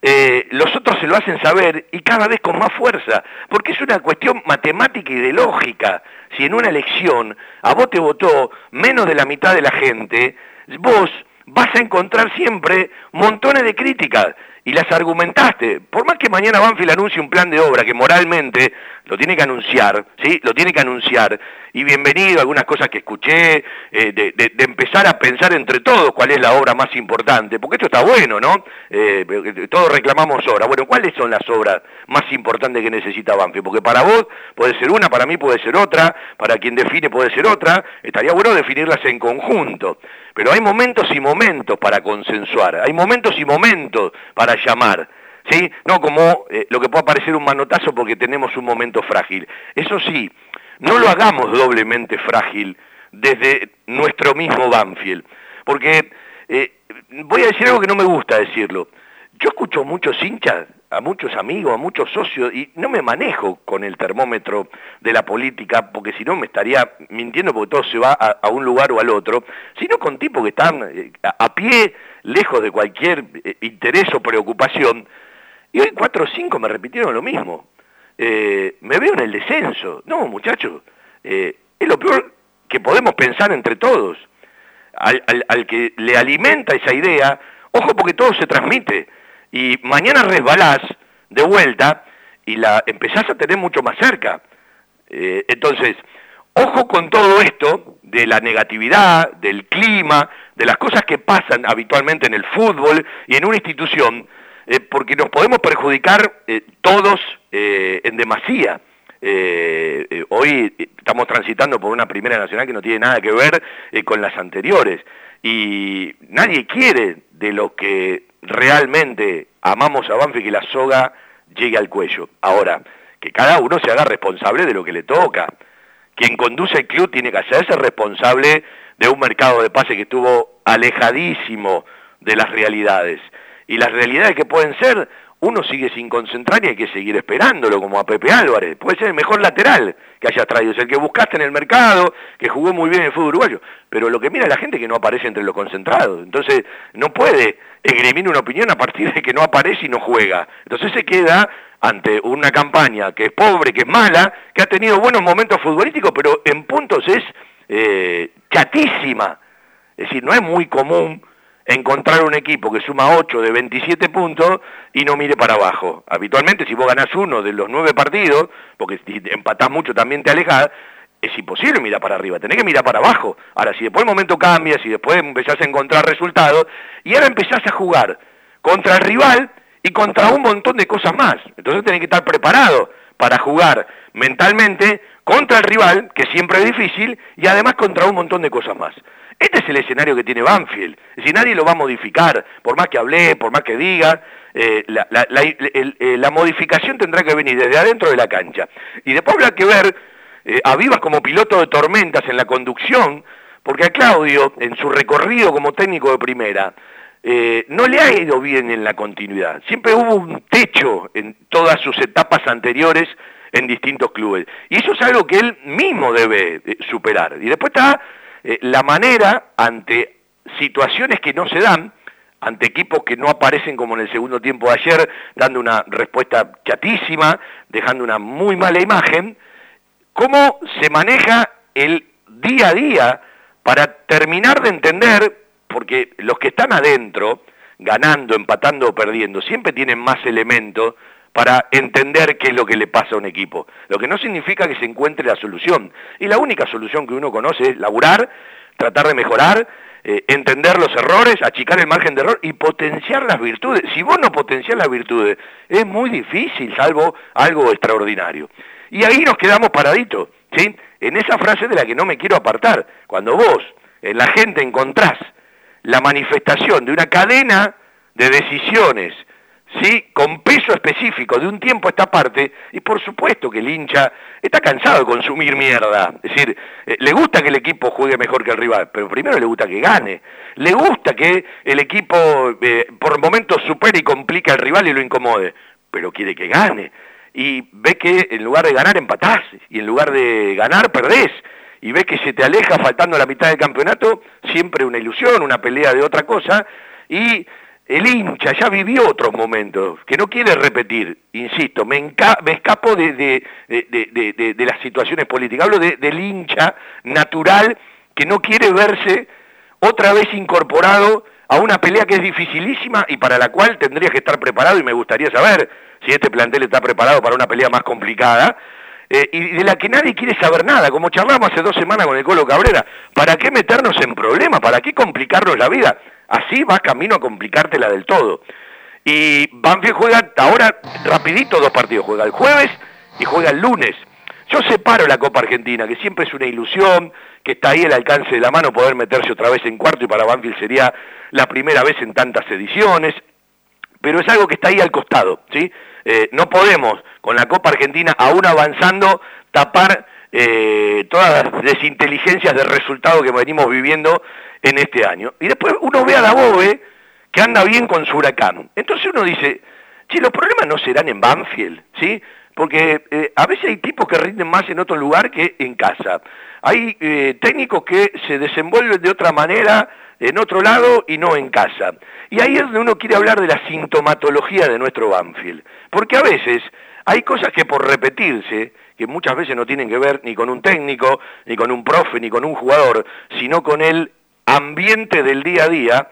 eh, los otros se lo hacen saber y cada vez con más fuerza, porque es una cuestión matemática y de lógica. Si en una elección a vos te votó menos de la mitad de la gente, vos vas a encontrar siempre montones de críticas y las argumentaste. Por más que mañana Banfield anuncie un plan de obra que moralmente lo tiene que anunciar, ¿sí? Lo tiene que anunciar, y bienvenido a algunas cosas que escuché, eh, de, de, de empezar a pensar entre todos cuál es la obra más importante, porque esto está bueno, ¿no? Eh, todos reclamamos obra. Bueno, ¿cuáles son las obras más importantes que necesita Banfield? Porque para vos puede ser una, para mí puede ser otra, para quien define puede ser otra, estaría bueno definirlas en conjunto. Pero hay momentos y momentos para consensuar, hay momentos y momentos para llamar, ¿sí? No como eh, lo que pueda parecer un manotazo porque tenemos un momento frágil. Eso sí, no lo hagamos doblemente frágil desde nuestro mismo Banfield, porque eh, voy a decir algo que no me gusta decirlo. Yo escucho muchos hinchas, a muchos amigos, a muchos socios, y no me manejo con el termómetro de la política, porque si no me estaría mintiendo porque todo se va a, a un lugar o al otro, sino con tipos que están eh, a, a pie, lejos de cualquier eh, interés o preocupación, y hoy cuatro o cinco me repitieron lo mismo. Eh, me veo en el descenso. No, muchachos, eh, es lo peor que podemos pensar entre todos. Al, al, al que le alimenta esa idea, ojo porque todo se transmite, y mañana resbalás de vuelta y la empezás a tener mucho más cerca. Eh, entonces, ojo con todo esto de la negatividad, del clima, de las cosas que pasan habitualmente en el fútbol y en una institución, eh, porque nos podemos perjudicar eh, todos eh, en demasía. Eh, eh, hoy estamos transitando por una primera nacional que no tiene nada que ver eh, con las anteriores, y nadie quiere de lo que realmente amamos a Banfield que la soga llegue al cuello. Ahora, que cada uno se haga responsable de lo que le toca. Quien conduce el club tiene que hacerse responsable de un mercado de pase que estuvo alejadísimo de las realidades. Y las realidades que pueden ser, uno sigue sin concentrar y hay que seguir esperándolo, como a Pepe Álvarez. Puede ser el mejor lateral que hayas traído, es el que buscaste en el mercado, que jugó muy bien en el fútbol uruguayo. Pero lo que mira la gente es que no aparece entre los concentrados. Entonces, no puede esgrimir una opinión a partir de que no aparece y no juega. Entonces se queda ante una campaña que es pobre, que es mala, que ha tenido buenos momentos futbolísticos, pero en puntos es eh, chatísima. Es decir, no es muy común encontrar un equipo que suma ocho de veintisiete puntos y no mire para abajo. Habitualmente, si vos ganás uno de los nueve partidos, porque si empatás mucho también te alejás, es imposible mirar para arriba, tenés que mirar para abajo. Ahora, si después el momento cambia, si después empezás a encontrar resultados, y ahora empezás a jugar contra el rival y contra un montón de cosas más. Entonces tenés que estar preparado para jugar mentalmente contra el rival, que siempre es difícil, y además contra un montón de cosas más. Este es el escenario que tiene Banfield. Es decir, nadie lo va a modificar, por más que hable, por más que diga, eh, la, la, la, el, el, la modificación tendrá que venir desde adentro de la cancha. Y después habrá que ver eh, a Vivas como piloto de tormentas en la conducción, porque a Claudio, en su recorrido como técnico de primera, eh, no le ha ido bien en la continuidad. Siempre hubo un techo en todas sus etapas anteriores en distintos clubes. Y eso es algo que él mismo debe eh, superar. Y después está eh, la manera ante situaciones que no se dan, ante equipos que no aparecen como en el segundo tiempo de ayer, dando una respuesta chatísima, dejando una muy mala imagen, cómo se maneja el día a día para terminar de entender, porque los que están adentro, ganando, empatando o perdiendo, siempre tienen más elementos para entender qué es lo que le pasa a un equipo. Lo que no significa que se encuentre la solución. Y la única solución que uno conoce es laburar, tratar de mejorar, eh, entender los errores, achicar el margen de error y potenciar las virtudes. Si vos no potenciás las virtudes, es muy difícil, salvo algo extraordinario. Y ahí nos quedamos paraditos, ¿sí? En esa frase de la que no me quiero apartar. Cuando vos, en la gente, encontrás la manifestación de una cadena de decisiones, ¿sí?, con peso específico de un tiempo a esta parte, y por supuesto que el hincha está cansado de consumir mierda. Es decir, eh, le gusta que el equipo juegue mejor que el rival, pero primero le gusta que gane. Le gusta que el equipo eh, por momentos supere y complique al rival y lo incomode, pero quiere que gane. Y ve que en lugar de ganar empatás, y en lugar de ganar perdés, y ves que se te aleja faltando la mitad del campeonato, siempre una ilusión, una pelea de otra cosa, y el hincha ya vivió otros momentos, que no quiere repetir, insisto, me, enca me escapo de, de, de, de, de, de las situaciones políticas, hablo de, del hincha natural que no quiere verse otra vez incorporado a una pelea que es dificilísima y para la cual tendrías que estar preparado, y me gustaría saber si este plantel está preparado para una pelea más complicada, eh, y de la que nadie quiere saber nada, como charlamos hace dos semanas con el Colo Cabrera. ¿Para qué meternos en problemas? ¿Para qué complicarnos la vida? Así vas camino a complicártela del todo. Y Banfield juega ahora rapidito dos partidos, juega el jueves y juega el lunes. Yo separo la Copa Argentina, que siempre es una ilusión, que está ahí al alcance de la mano poder meterse otra vez en cuarto, y para Banfield sería la primera vez en tantas ediciones, pero es algo que está ahí al costado, ¿sí? Eh, no podemos, con la Copa Argentina aún avanzando, tapar eh, todas las desinteligencias de resultado que venimos viviendo en este año. Y después uno ve a Dabove, que anda bien con su Huracán. Entonces uno dice, che, los problemas no serán en Banfield, ¿sí? Porque eh, a veces hay tipos que rinden más en otro lugar que en casa. Hay eh, técnicos que se desenvuelven de otra manera en otro lado y no en casa. Y ahí es donde uno quiere hablar de la sintomatología de nuestro Banfield. Porque a veces hay cosas que por repetirse, que muchas veces no tienen que ver ni con un técnico, ni con un profe, ni con un jugador, sino con el ambiente del día a día,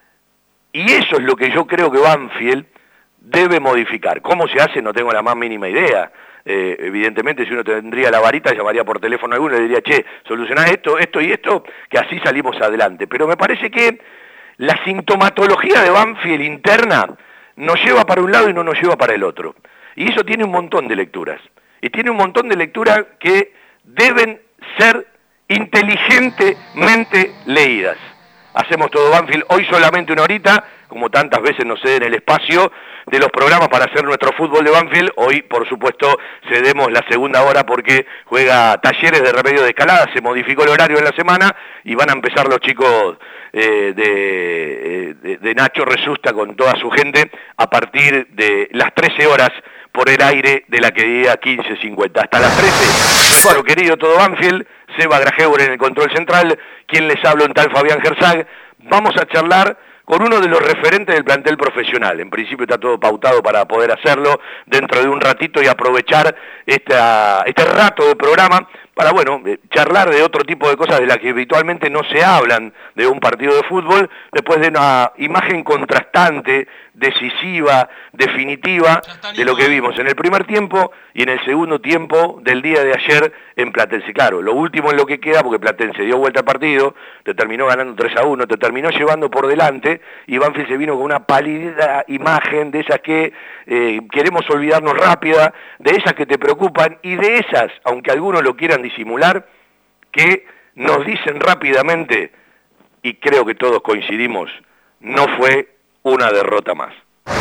y eso es lo que yo creo que Banfield debe modificar. ¿Cómo se hace? No tengo la más mínima idea. Eh, evidentemente, si uno tendría la varita, llamaría por teléfono a alguno y le diría, che, solucioná esto, esto y esto, que así salimos adelante. Pero me parece que la sintomatología de Banfield interna nos lleva para un lado y no nos lleva para el otro. Y eso tiene un montón de lecturas. Y tiene un montón de lecturas que deben ser inteligentemente leídas. Hacemos todo Banfield, hoy solamente una horita, como tantas veces nos ceden el espacio de los programas para hacer nuestro fútbol de Banfield. Hoy, por supuesto, cedemos la segunda hora porque juega Talleres de Remedios de Escalada, se modificó el horario en la semana y van a empezar los chicos eh, de, de, de Nacho Resusta con toda su gente a partir de las trece horas por el aire de la querida quince cincuenta. Hasta las trece, nuestro querido todo Banfield, Seba Grajewer en el control central, quien les hablo en tal Fabián Gersag. Vamos a charlar con uno de los referentes del plantel profesional. En principio está todo pautado para poder hacerlo dentro de un ratito y aprovechar esta, este rato de programa para, bueno, charlar de otro tipo de cosas de las que habitualmente no se hablan de un partido de fútbol, después de una imagen contrastante, decisiva, definitiva, de lo que vimos en el primer tiempo y en el segundo tiempo del día de ayer en Platense. Claro, lo último en lo que queda, porque Platense dio vuelta al partido, te terminó ganando tres a uno, te terminó llevando por delante, y Banfield se vino con una pálida imagen de esas que eh, queremos olvidarnos rápida, de esas que te preocupan, y de esas, aunque algunos lo quieran disimular, que nos dicen rápidamente, y creo que todos coincidimos, no fue una derrota más.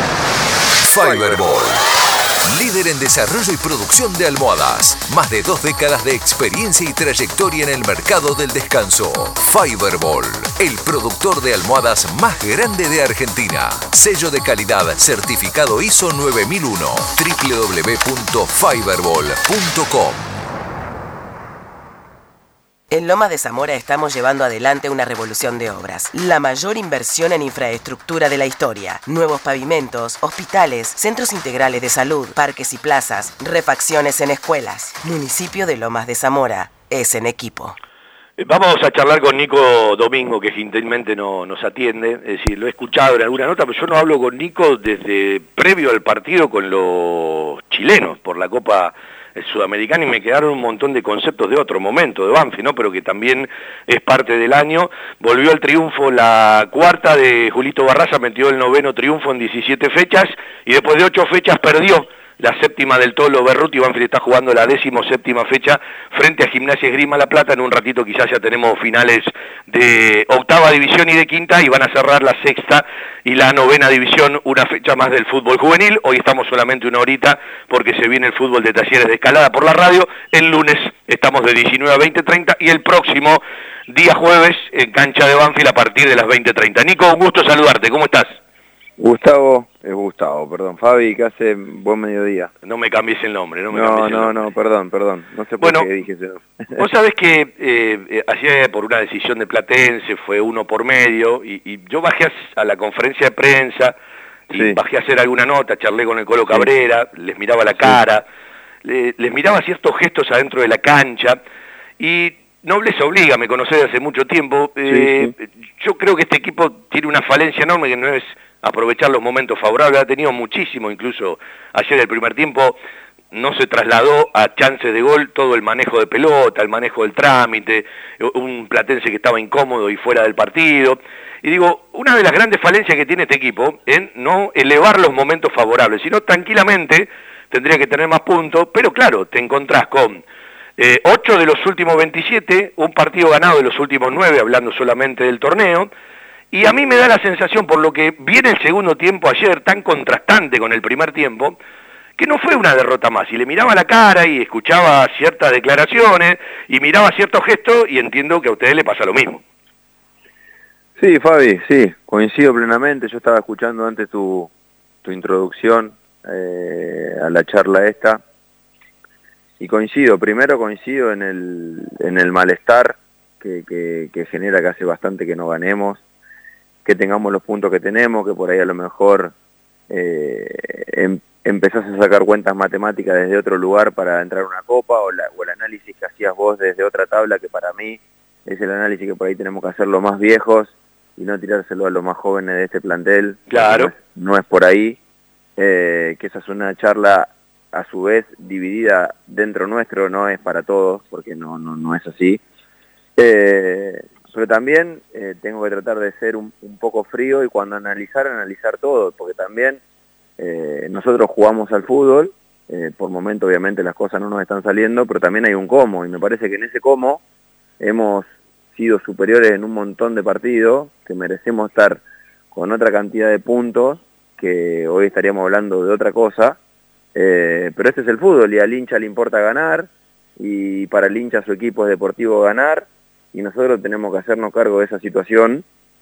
Fiberball, líder en desarrollo y producción de almohadas. Más de dos décadas de experiencia y trayectoria en el mercado del descanso. Fiberball, el productor de almohadas más grande de Argentina. Sello de calidad certificado I S O nueve mil uno. doble u doble u doble u punto fiberball punto com. En Lomas de Zamora estamos llevando adelante una revolución de obras. La mayor inversión en infraestructura de la historia. Nuevos pavimentos, hospitales, centros integrales de salud, parques y plazas, refacciones en escuelas. Municipio de Lomas de Zamora es en equipo. Vamos a charlar con Nico Domingo, que gentilmente no, nos atiende. Es decir, lo he escuchado en alguna nota, pero yo no hablo con Nico desde previo al partido con los chilenos por la Copa Sudamericana, y me quedaron un montón de conceptos de otro momento de Banfield, ¿no? Pero que también es parte del año. Volvió al triunfo la cuarta de Julito Barraza, metió el noveno triunfo en diecisiete fechas, y después de ocho fechas perdió la séptima del Tolo Berruti. Banfield está jugando la décimo séptima fecha frente a Gimnasia Esgrima La Plata. En un ratito quizás ya tenemos finales de octava división y de quinta, y van a cerrar la sexta y la novena división, una fecha más del fútbol juvenil. Hoy estamos solamente una horita porque se viene el fútbol de Talleres de Escalada por la radio. El lunes estamos de diecinueve a veinte treinta y el próximo día jueves en cancha de Banfield a partir de las veinte treinta. Nico, un gusto saludarte, ¿cómo estás? Gustavo, Es Gustavo, perdón. Fabi, ¿qué hace? Buen mediodía. No me cambies el nombre, no me no, cambies no, el nombre. No, perdón, perdón. No sé por bueno, qué dije eso. Vos sabés que eh, ayer por una decisión de Platense fue uno por medio y, y yo bajé a, a la conferencia de prensa y sí. bajé a hacer alguna nota, charlé con el Colo Cabrera, sí. les miraba la cara, sí. le, les miraba ciertos gestos adentro de la cancha y no les obliga, me conocés hace mucho tiempo. Eh, sí, sí. Yo creo que este equipo tiene una falencia enorme que no es aprovechar los momentos favorables, ha tenido muchísimo, incluso ayer el primer tiempo no se trasladó a chances de gol todo el manejo de pelota, el manejo del trámite, un Platense que estaba incómodo y fuera del partido. Y digo, una de las grandes falencias que tiene este equipo es no elevar los momentos favorables, sino tranquilamente tendría que tener más puntos, pero claro, te encontrás con eh, ocho de los últimos veintisiete, un partido ganado de los últimos nueve, hablando solamente del torneo. Y a mí me da la sensación, por lo que viene el segundo tiempo ayer, tan contrastante con el primer tiempo, que no fue una derrota más. Y le miraba la cara y escuchaba ciertas declaraciones y miraba ciertos gestos y entiendo que a ustedes le pasa lo mismo. Sí, Fabi, sí, coincido plenamente. Yo estaba escuchando antes tu, tu introducción eh, a la charla esta y coincido. Primero coincido en el, en el malestar que, que, que genera que hace bastante que no ganemos, que tengamos los puntos que tenemos, que por ahí a lo mejor eh, em, empezás a sacar cuentas matemáticas desde otro lugar para entrar a una copa, o, la, o el análisis que hacías vos desde otra tabla, que para mí es el análisis que por ahí tenemos que hacer los más viejos y no tirárselo a los más jóvenes de este plantel. Claro. No es, no es por ahí, eh, que esa es una charla a su vez dividida dentro nuestro, no es para todos, porque no, no, no es así. Eh, pero también eh, tengo que tratar de ser un, un poco frío y cuando analizar, analizar todo, porque también eh, nosotros jugamos al fútbol, eh, por momento obviamente las cosas no nos están saliendo, pero también hay un cómo, y me parece que en ese cómo hemos sido superiores en un montón de partidos, que merecemos estar con otra cantidad de puntos, que hoy estaríamos hablando de otra cosa, eh, pero este es el fútbol y al hincha le importa ganar, y para el hincha su equipo es deportivo ganar, y nosotros tenemos que hacernos cargo de esa situación,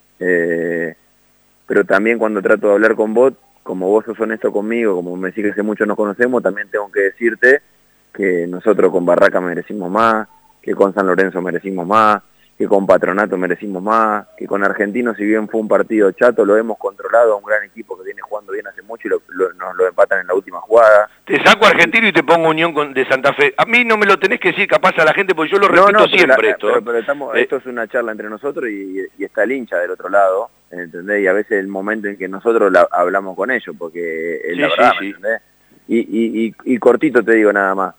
eh, pero también cuando trato de hablar con vos, como vos sos honesto conmigo, como me decís que hace mucho nos conocemos, también tengo que decirte que nosotros con Barraca merecimos más, que con San Lorenzo merecimos más, que con Patronato merecimos más, que con Argentino, si bien fue un partido chato, lo hemos controlado a un gran equipo que viene jugando bien hace mucho y lo, lo, nos lo empatan en la última jugada. Te saco a Argentino y te pongo Unión con, de Santa Fe. A mí no me lo tenés que decir capaz a la gente, porque yo lo repito no, no, siempre la, esto. Pero, pero estamos, eh. esto es una charla entre nosotros y, y está el hincha del otro lado, ¿entendés? Y a veces el momento en que nosotros la, hablamos con ellos, porque es sí, la verdad, sí, ¿entendés? Sí. Y, y, y, y cortito te digo nada más.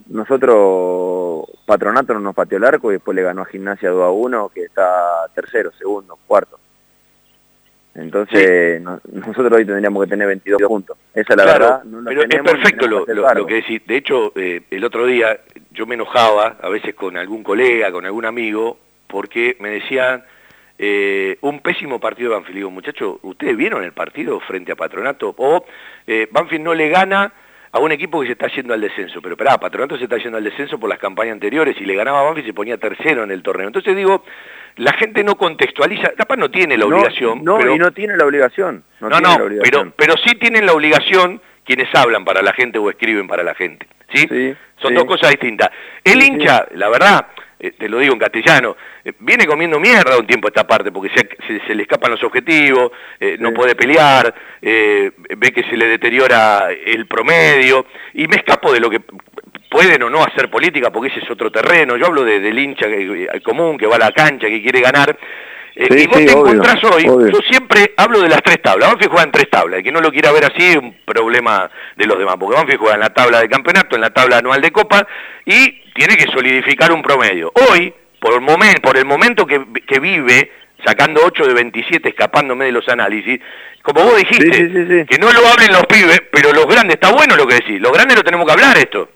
Nosotros, Patronato no nos pateó el arco y después le ganó a Gimnasia dos a uno, que está tercero, segundo, cuarto. Entonces, sí. no, nosotros hoy tendríamos que tener veintidós puntos. Esa es la claro, verdad. No pero es perfecto lo, lo, lo que decís. De hecho, eh, el otro día yo me enojaba, a veces con algún colega, con algún amigo, porque me decían eh, un pésimo partido de Banfield. Digo, muchachos, ¿ustedes vieron el partido frente a Patronato? O eh, Banfield no le gana a un equipo que se está yendo al descenso, pero esperá, Patronato se está yendo al descenso por las campañas anteriores y le ganaba a Banfield y se ponía tercero en el torneo. Entonces digo, la gente no contextualiza, capaz no tiene la obligación. No, no pero, y no tiene la obligación. No, no, no pero, pero sí tienen la obligación quienes hablan para la gente o escriben para la gente. ¿Sí? sí Son sí. dos cosas distintas. El sí, hincha, sí. la verdad, eh, te lo digo en castellano, eh, viene comiendo mierda un tiempo esta parte porque se, se, se le escapan los objetivos, eh, sí. no puede pelear, eh, ve que se le deteriora el promedio, y me escapo de lo que pueden o no hacer política porque ese es otro terreno. Yo hablo de, del hincha que, común que va a la cancha, que quiere ganar. Eh, sí, y vos sí, te obvio, encontrás hoy, obvio. Yo siempre hablo de las tres tablas. Banfield juega en tres tablas, el que no lo quiera ver así es un problema de los demás, porque Banfield juega en la tabla de campeonato, en la tabla anual de Copa, y tiene que solidificar un promedio. Hoy, por el momento, por el momento que, que vive, sacando ocho de veintisiete, escapándome de los análisis, como vos dijiste, sí, sí, sí, sí. que no lo hablen los pibes, pero los grandes, está bueno lo que decís, los grandes lo tenemos que hablar esto.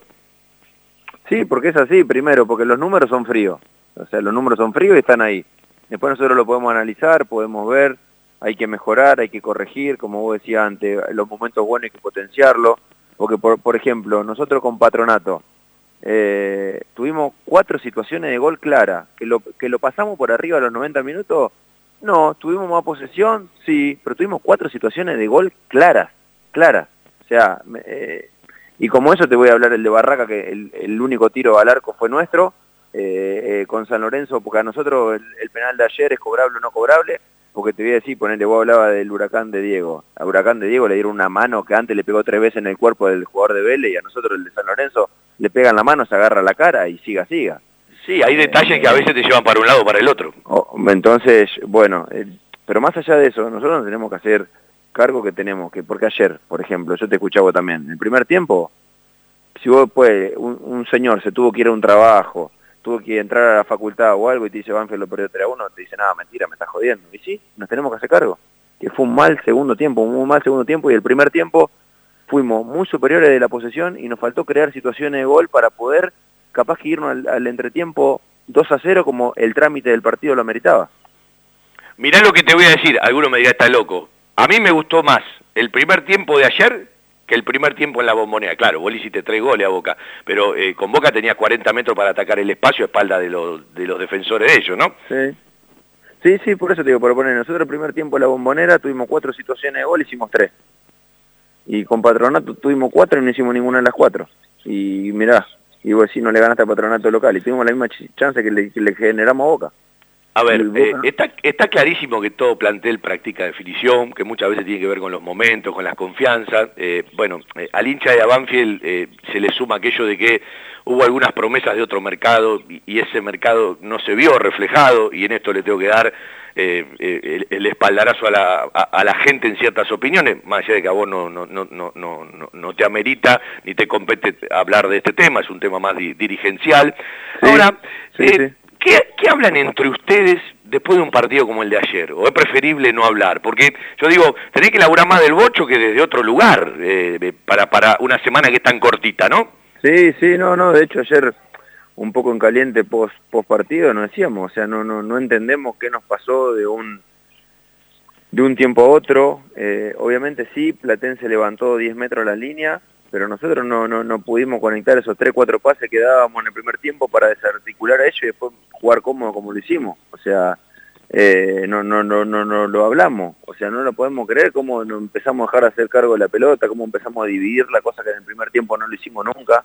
Sí, porque es así, primero, porque los números son fríos, o sea, los números son fríos y están ahí. Después nosotros lo podemos analizar, podemos ver, hay que mejorar, hay que corregir, como vos decías antes, los momentos buenos hay que potenciarlo, porque por, por ejemplo, nosotros con Patronato eh, tuvimos cuatro situaciones de gol clara, que lo, que lo pasamos por arriba a los noventa minutos, No, tuvimos más posesión, sí, pero tuvimos cuatro situaciones de gol claras, claras. O sea, eh, y como eso te voy a hablar el de Barraca, que el, el único tiro al arco fue nuestro, eh, eh, con San Lorenzo, porque a nosotros el, el penal de ayer es cobrable o no cobrable, porque te voy a decir, ponele, vos hablaba del Huracán de Diego. A Huracán de Diego le dieron una mano que antes le pegó tres veces en el cuerpo del jugador de Vélez, y a nosotros el de San Lorenzo le pegan la mano, se agarra la cara y siga, siga. Sí, hay detalles que a veces te llevan para un lado o para el otro. Entonces, bueno, eh, pero más allá de eso, nosotros nos tenemos que hacer cargo que tenemos, que porque ayer, por ejemplo, yo te escuchaba también, en el primer tiempo, si vos pues, un, un señor se tuvo que ir a un trabajo, tuvo que entrar a la facultad o algo y te dice Banfield lo perdió tres a uno, te dice nada, mentira, me estás jodiendo. Y sí, nos tenemos que hacer cargo, que fue un mal segundo tiempo, un muy mal segundo tiempo, y el primer tiempo fuimos muy superiores de la posesión y nos faltó crear situaciones de gol para poder capaz que irnos al, al entretiempo dos a cero como el trámite del partido lo meritaba. Mirá lo que te voy a decir, alguno me dirá, está loco. A mí me gustó más el primer tiempo de ayer que el primer tiempo en la Bombonera. Claro, vos le hiciste tres goles a Boca, pero eh, con Boca tenías cuarenta metros para atacar el espacio a espalda de los, de los defensores de ellos, ¿no? Sí. Sí, sí, por eso te digo, por poner, nosotros el primer tiempo en la Bombonera tuvimos cuatro situaciones de gol, hicimos tres. Y con Patronato tuvimos cuatro y no hicimos ninguna de las cuatro. Y mirá, y vos decís, no le ganaste a Patronato local, y tuvimos la misma ch chance que le, que le generamos a Boca. A ver, eh, está, está clarísimo que todo plantel practica definición, que muchas veces tiene que ver con los momentos, con las confianzas. Eh, bueno, eh, al hincha de Banfield eh, se le suma aquello de que hubo algunas promesas de otro mercado y, y ese mercado no se vio reflejado, y en esto le tengo que dar eh, eh, el, el espaldarazo a la, a, a la gente en ciertas opiniones, más allá de que a vos no, no, no, no, no, no te amerita ni te compete hablar de este tema, es un tema más di, dirigencial. Sí, Ahora, sí, eh, sí. ¿Qué, ¿Qué hablan entre ustedes después de un partido como el de ayer? ¿O es preferible no hablar? Porque yo digo, tenés que laburar más del bocho que desde otro lugar eh, para, para una semana que es tan cortita, ¿no? Sí, sí, no, no, de hecho ayer un poco en caliente post, post partido nos decíamos, o sea, no, no, no entendemos qué nos pasó de un de un tiempo a otro. Eh, obviamente sí, Platense levantó diez metros la línea, pero nosotros no, no, no pudimos conectar esos tres, cuatro pases que dábamos en el primer tiempo para desarticular a ellos y después jugar cómodo como lo hicimos. O sea, eh, no, no, no, no, no lo hablamos. O sea, no lo podemos creer cómo nos empezamos a dejar de hacer cargo de la pelota, cómo empezamos a dividir la cosa que en el primer tiempo no lo hicimos nunca.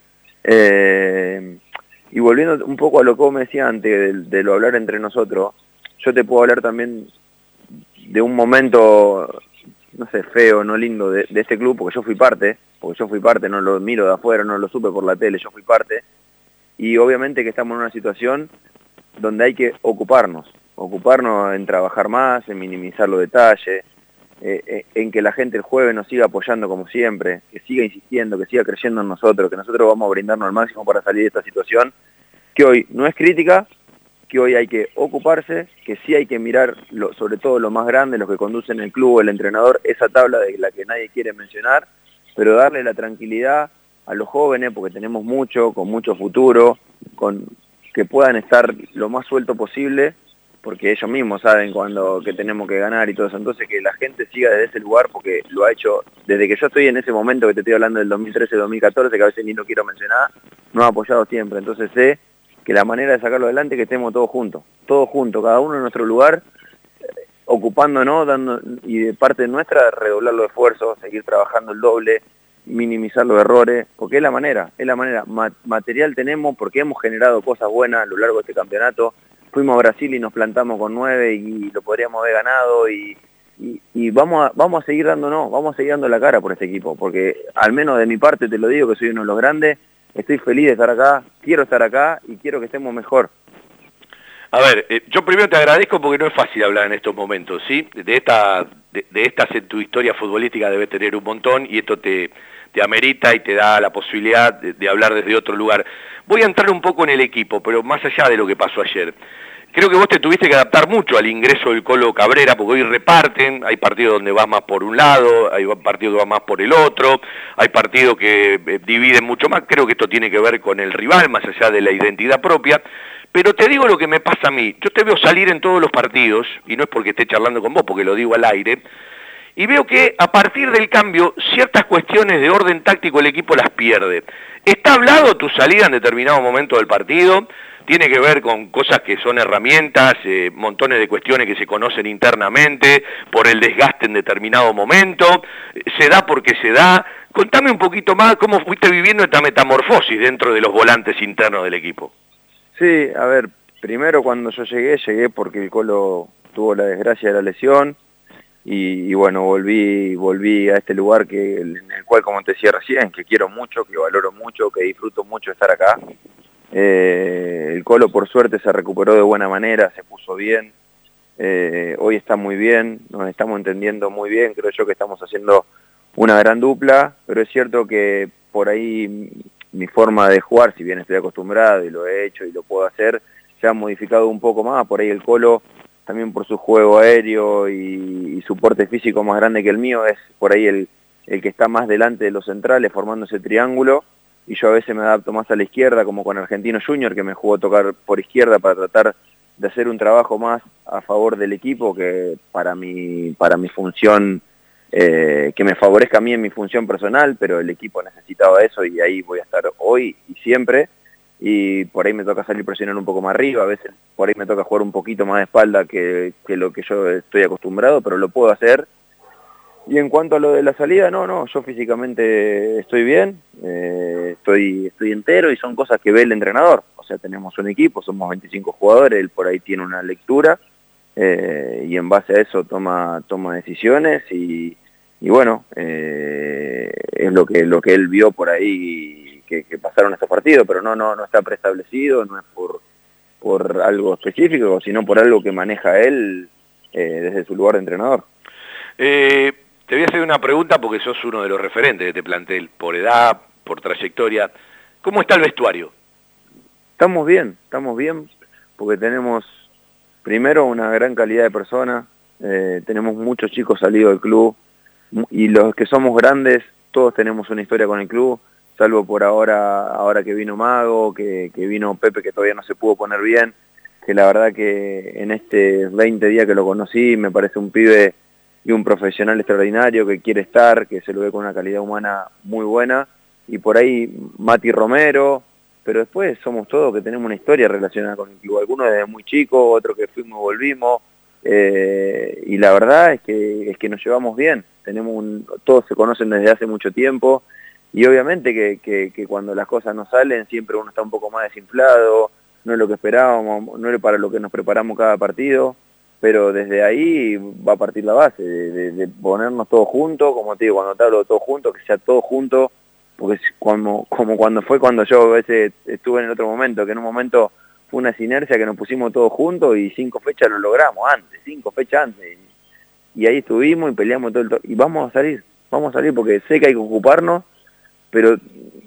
Eh, y volviendo un poco a lo que vos me decías antes de, de lo hablar entre nosotros, yo te puedo hablar también de un momento, no sé, feo, no lindo de, de este club, porque yo fui parte, porque yo fui parte, no lo miro de afuera, no lo supe por la tele, yo fui parte, y obviamente que estamos en una situación donde hay que ocuparnos, ocuparnos en trabajar más, en minimizar los detalles, eh, eh, en que la gente el jueves nos siga apoyando como siempre, que siga insistiendo, que siga creyendo en nosotros, que nosotros vamos a brindarnos al máximo para salir de esta situación, que hoy no es crítica, que hoy hay que ocuparse, que sí hay que mirar lo, sobre todo lo más grande, los que conducen el club, el entrenador, esa tabla de la que nadie quiere mencionar, pero darle la tranquilidad a los jóvenes, porque tenemos mucho, con mucho futuro, con que puedan estar lo más suelto posible, porque ellos mismos saben cuando que tenemos que ganar y todo eso. Entonces que la gente siga desde ese lugar, porque lo ha hecho desde que yo estoy en ese momento que te estoy hablando del dos mil trece dos mil catorce, que a veces ni lo quiero mencionar, nos ha apoyado siempre. Entonces sé que la manera de sacarlo adelante es que estemos todos juntos, todos juntos, cada uno en nuestro lugar, eh, ocupándonos, dando, y de parte nuestra redoblar los esfuerzos, seguir trabajando el doble, minimizar los errores, porque es la manera, es la manera. Ma- material tenemos porque hemos generado cosas buenas a lo largo de este campeonato. Fuimos a Brasil y nos plantamos con nueve y lo podríamos haber ganado y, y, y vamos, a, vamos a seguir dándonos, vamos a seguir dando la cara por este equipo, porque al menos de mi parte te lo digo que soy uno de los grandes, estoy feliz de estar acá, quiero estar acá y quiero que estemos mejor. A ver, eh, yo primero te agradezco porque no es fácil hablar en estos momentos, ¿sí? De, esta, de, de estas en tu historia futbolística debes tener un montón y esto te, te amerita y te da la posibilidad de, de hablar desde otro lugar. Voy a entrar un poco en el equipo, pero más allá de lo que pasó ayer. Creo que vos te tuviste que adaptar mucho al ingreso del Colo Cabrera, porque hoy reparten, hay partidos donde vas más por un lado, hay partidos que vas más por el otro, hay partidos que eh, dividen mucho más, creo que esto tiene que ver con el rival, más allá de la identidad propia, pero te digo lo que me pasa a mí, yo te veo salir en todos los partidos, y no es porque esté charlando con vos, porque lo digo al aire, y veo que a partir del cambio, ciertas cuestiones de orden táctico el equipo las pierde. ¿Está hablado tu salida en determinado momento del partido? tiene que ver con cosas que son herramientas, eh, montones de cuestiones que se conocen internamente, por el desgaste en determinado momento, se da porque se da. Contame un poquito más cómo fuiste viviendo esta metamorfosis dentro de los volantes internos del equipo. Sí, a ver, primero cuando yo llegué, llegué porque el Colo tuvo la desgracia de la lesión y, y bueno, volví volví a este lugar que en el cual, como te decía recién, que quiero mucho, que valoro mucho, que disfruto mucho estar acá. Eh, el Colo por suerte se recuperó de buena manera, se puso bien, eh, hoy está muy bien, nos estamos entendiendo muy bien, creo yo que estamos haciendo una gran dupla, pero es cierto que por ahí mi forma de jugar, si bien estoy acostumbrado y lo he hecho y lo puedo hacer, se ha modificado un poco más. Por ahí el Colo, también por su juego aéreo y, y su porte físico más grande que el mío, es por ahí el, el que está más delante de los centrales formando ese triángulo, y yo a veces me adapto más a la izquierda, como con Argentino Junior, que me jugó tocar por izquierda para tratar de hacer un trabajo más a favor del equipo, que para mi, para mi función, eh, que me favorezca a mí en mi función personal, pero el equipo necesitaba eso y ahí voy a estar hoy y siempre. Y por ahí me toca salir presionar un poco más arriba, a veces por ahí me toca jugar un poquito más de espalda que, que lo que yo estoy acostumbrado, pero lo puedo hacer. Y en cuanto a lo de la salida, no, no, yo físicamente estoy bien, eh, estoy, estoy entero y son cosas que ve el entrenador. O sea, tenemos un equipo, somos veinticinco jugadores, él por ahí tiene una lectura eh, y en base a eso toma, toma decisiones y, y bueno, eh, es lo que, lo que él vio por ahí que, que pasaron estos partidos, pero no, no, no está preestablecido, no es por, por algo específico, sino por algo que maneja él eh, desde su lugar de entrenador. Eh... Te voy a hacer una pregunta porque sos uno de los referentes de este plantel, por edad, por trayectoria. ¿Cómo está el vestuario? Estamos bien, estamos bien, porque tenemos primero una gran calidad de personas, eh, tenemos muchos chicos salidos del club, y los que somos grandes, todos tenemos una historia con el club, salvo por ahora, ahora que vino Mago, que, que vino Pepe, que todavía no se pudo poner bien, que la verdad que en este veinte días que lo conocí, me parece un pibe y un profesional extraordinario que quiere estar, que se lo ve con una calidad humana muy buena, y por ahí Mati Romero, pero después somos todos que tenemos una historia relacionada con el club, algunos desde muy chicos, otros que fuimos y volvimos, eh, y la verdad es que, es que nos llevamos bien, tenemos un, todos se conocen desde hace mucho tiempo, y obviamente que, que, que cuando las cosas no salen, siempre uno está un poco más desinflado, no es lo que esperábamos, no es para lo que nos preparamos cada partido, pero desde ahí va a partir la base, de, de, de ponernos todos juntos, como te digo, cuando te hablo de todos juntos, que sea todos juntos, porque como, como cuando fue cuando yo a veces estuve en el otro momento, que en un momento fue una sinergia que nos pusimos todos juntos y cinco fechas lo logramos antes, cinco fechas antes, y, y ahí estuvimos y peleamos todo el to- y vamos a salir, vamos a salir porque sé que hay que ocuparnos, pero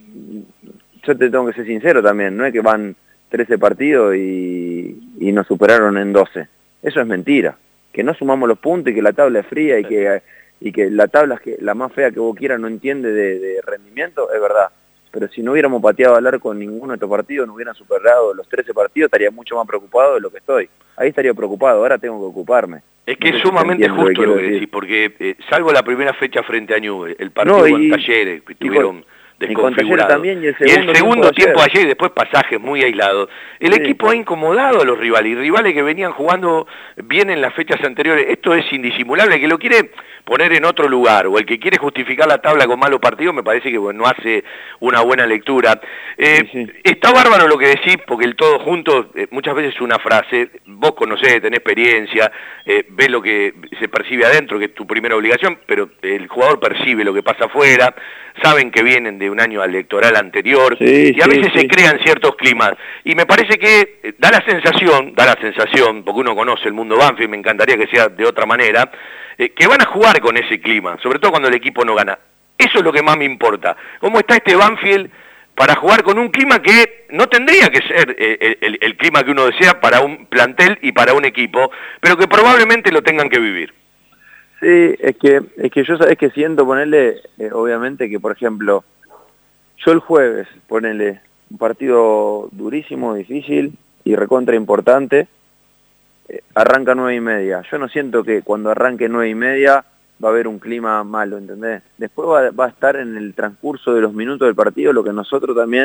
yo te tengo que ser sincero también, no es que van trece partidos y, y nos superaron en doce. Eso es mentira, que no sumamos los puntos y que la tabla es fría y que, y que la tabla es que la más fea que vos quieras no entiende de, de rendimiento, es verdad. Pero si no hubiéramos pateado al arco en ninguno de estos partidos, no hubieran superado los trece partidos, estaría mucho más preocupado de lo que estoy. Ahí estaría preocupado, ahora tengo que ocuparme. Es que no es sé sumamente si justo lo que decir. decís, porque eh, salvo la primera fecha frente a Newell's, el partido No, y, con Talleres, que estuvieron desconfigurados, también, y el y el segundo, segundo tiempo, tiempo ayer y después pasajes muy aislados, el sí. equipo ha incomodado a los rivales, y rivales que venían jugando bien en las fechas anteriores. Esto es indisimulable. El que lo quiere poner en otro lugar, o el que quiere justificar la tabla con malos partidos, me parece que bueno, no hace una buena lectura. Eh, sí, sí. Está bárbaro lo que decís, porque el todo junto eh, muchas veces es una frase, vos conocés, tenés experiencia, eh, ves lo que se percibe adentro, que es tu primera obligación, pero el jugador percibe lo que pasa afuera, saben que vienen de un año electoral anterior, sí, y a sí, veces sí. se crean ciertos climas, y me parece que eh, da la sensación, da la sensación, porque uno conoce el mundo Banfield, me encantaría que sea de otra manera, eh, que van a jugar con ese clima, sobre todo cuando el equipo no gana. Eso es lo que más me importa. ¿Cómo está este Banfield para jugar con un clima que no tendría que ser eh, el, el clima que uno desea para un plantel y para un equipo, pero que probablemente lo tengan que vivir? Sí, es que, es que yo sabés que siento ponerle, eh, obviamente que por ejemplo, yo el jueves, ponerle un partido durísimo, difícil y recontra importante, eh, arranca nueve y media. Yo no siento que cuando arranque nueve y media va a haber un clima malo, ¿entendés? Después va, va a estar en el transcurso de los minutos del partido lo que nosotros también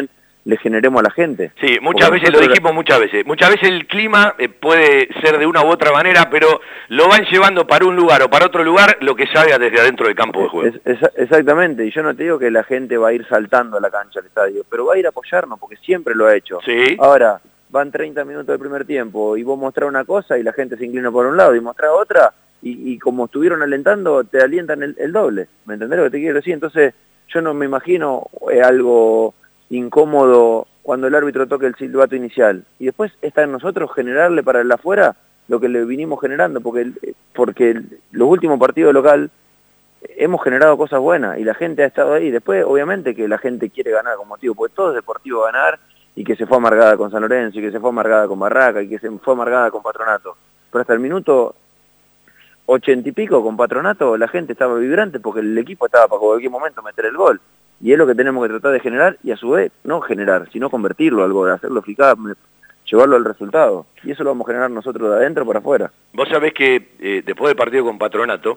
le generemos a la gente. Sí, muchas Porque veces lo dijimos, la... muchas veces. Muchas veces el clima eh, puede ser de una u otra manera, pero lo van llevando para un lugar o para otro lugar lo que salga desde adentro del campo de juego. Es, es, exactamente, y yo no te digo que la gente va a ir saltando a la cancha al estadio, pero va a ir a apoyarnos, porque siempre lo ha hecho. Sí. Ahora, van treinta minutos del primer tiempo, y vos mostrás una cosa y la gente se inclina por un lado, y mostrás otra, y, y como estuvieron alentando, te alientan el, el doble. ¿Me entendés lo que te quiero decir? Entonces, yo no me imagino eh, algo incómodo cuando el árbitro toque el silbato inicial y después está en nosotros generarle para el afuera lo que le vinimos generando, porque porque el, los últimos partidos local hemos generado cosas buenas y la gente ha estado ahí. Después obviamente que la gente quiere ganar con motivo, porque todo es deportivo ganar, y que se fue amargada con San Lorenzo, y que se fue amargada con Barraca, y que se fue amargada con Patronato, pero hasta el minuto ochenta y pico con Patronato la gente estaba vibrante porque el equipo estaba para cualquier momento meter el gol. Y es lo que tenemos que tratar de generar, y a su vez, no generar, sino convertirlo al gol, hacerlo eficaz, llevarlo al resultado. Y eso lo vamos a generar nosotros de adentro para afuera. Vos sabés que eh, después del partido con Patronato,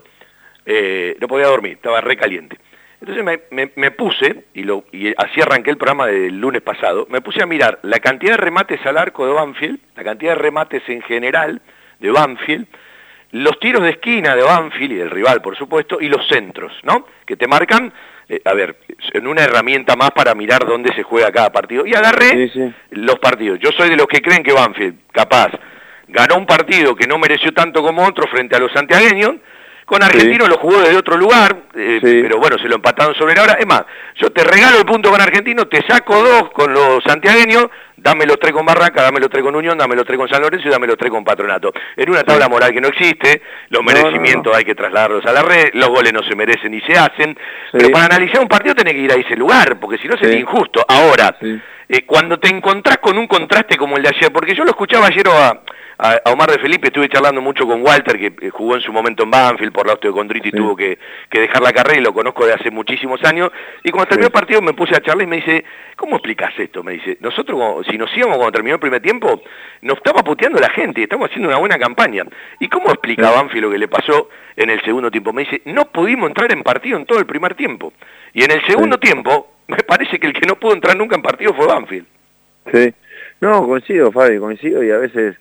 eh, no podía dormir, estaba re caliente. Entonces me, me, me puse, y, lo, y así arranqué el programa del lunes pasado, me puse a mirar la cantidad de remates al arco de Banfield, la cantidad de remates en general de Banfield, los tiros de esquina de Banfield y del rival, por supuesto, y los centros, ¿no? Que te marcan, eh, a ver, en una herramienta más para mirar dónde se juega cada partido. Y agarré sí, sí. los partidos. Yo soy de los que creen que Banfield, capaz, ganó un partido que no mereció tanto como otro frente a los santiagueños. Con Argentino sí. lo jugó desde otro lugar, eh, sí. pero bueno, se lo empataron sobre la hora. Es más, yo te regalo el punto con Argentino, te saco dos con los santiagueños, dame los tres con Barraca, dame los tres con Unión, dame los tres con San Lorenzo y dame los tres con Patronato. En una tabla moral que no existe, los merecimientos no, no, no. hay que trasladarlos a la red, los goles no se merecen ni se hacen, sí. pero para analizar un partido tenés que ir a ese lugar, porque si no sería sí. injusto. Ahora, sí. eh, cuando te encontrás con un contraste como el de ayer, porque yo lo escuchaba ayer a... a Omar de Felipe, estuve charlando mucho con Walter, que jugó en su momento en Banfield por la osteocondritis y sí. tuvo que, que dejar la carrera, y lo conozco de hace muchísimos años, y cuando terminó sí. el partido me puse a charlar y me dice, ¿cómo explicás esto? Me dice, nosotros, si nos íbamos cuando terminó el primer tiempo, nos estaba puteando la gente, estamos haciendo una buena campaña. ¿Y cómo explica sí. Banfield lo que le pasó en el segundo tiempo? Me dice, no pudimos entrar en partido en todo el primer tiempo, y en el segundo sí. tiempo, me parece que el que no pudo entrar nunca en partido fue Banfield. Sí, no, coincido, Fabi, coincido, y a veces...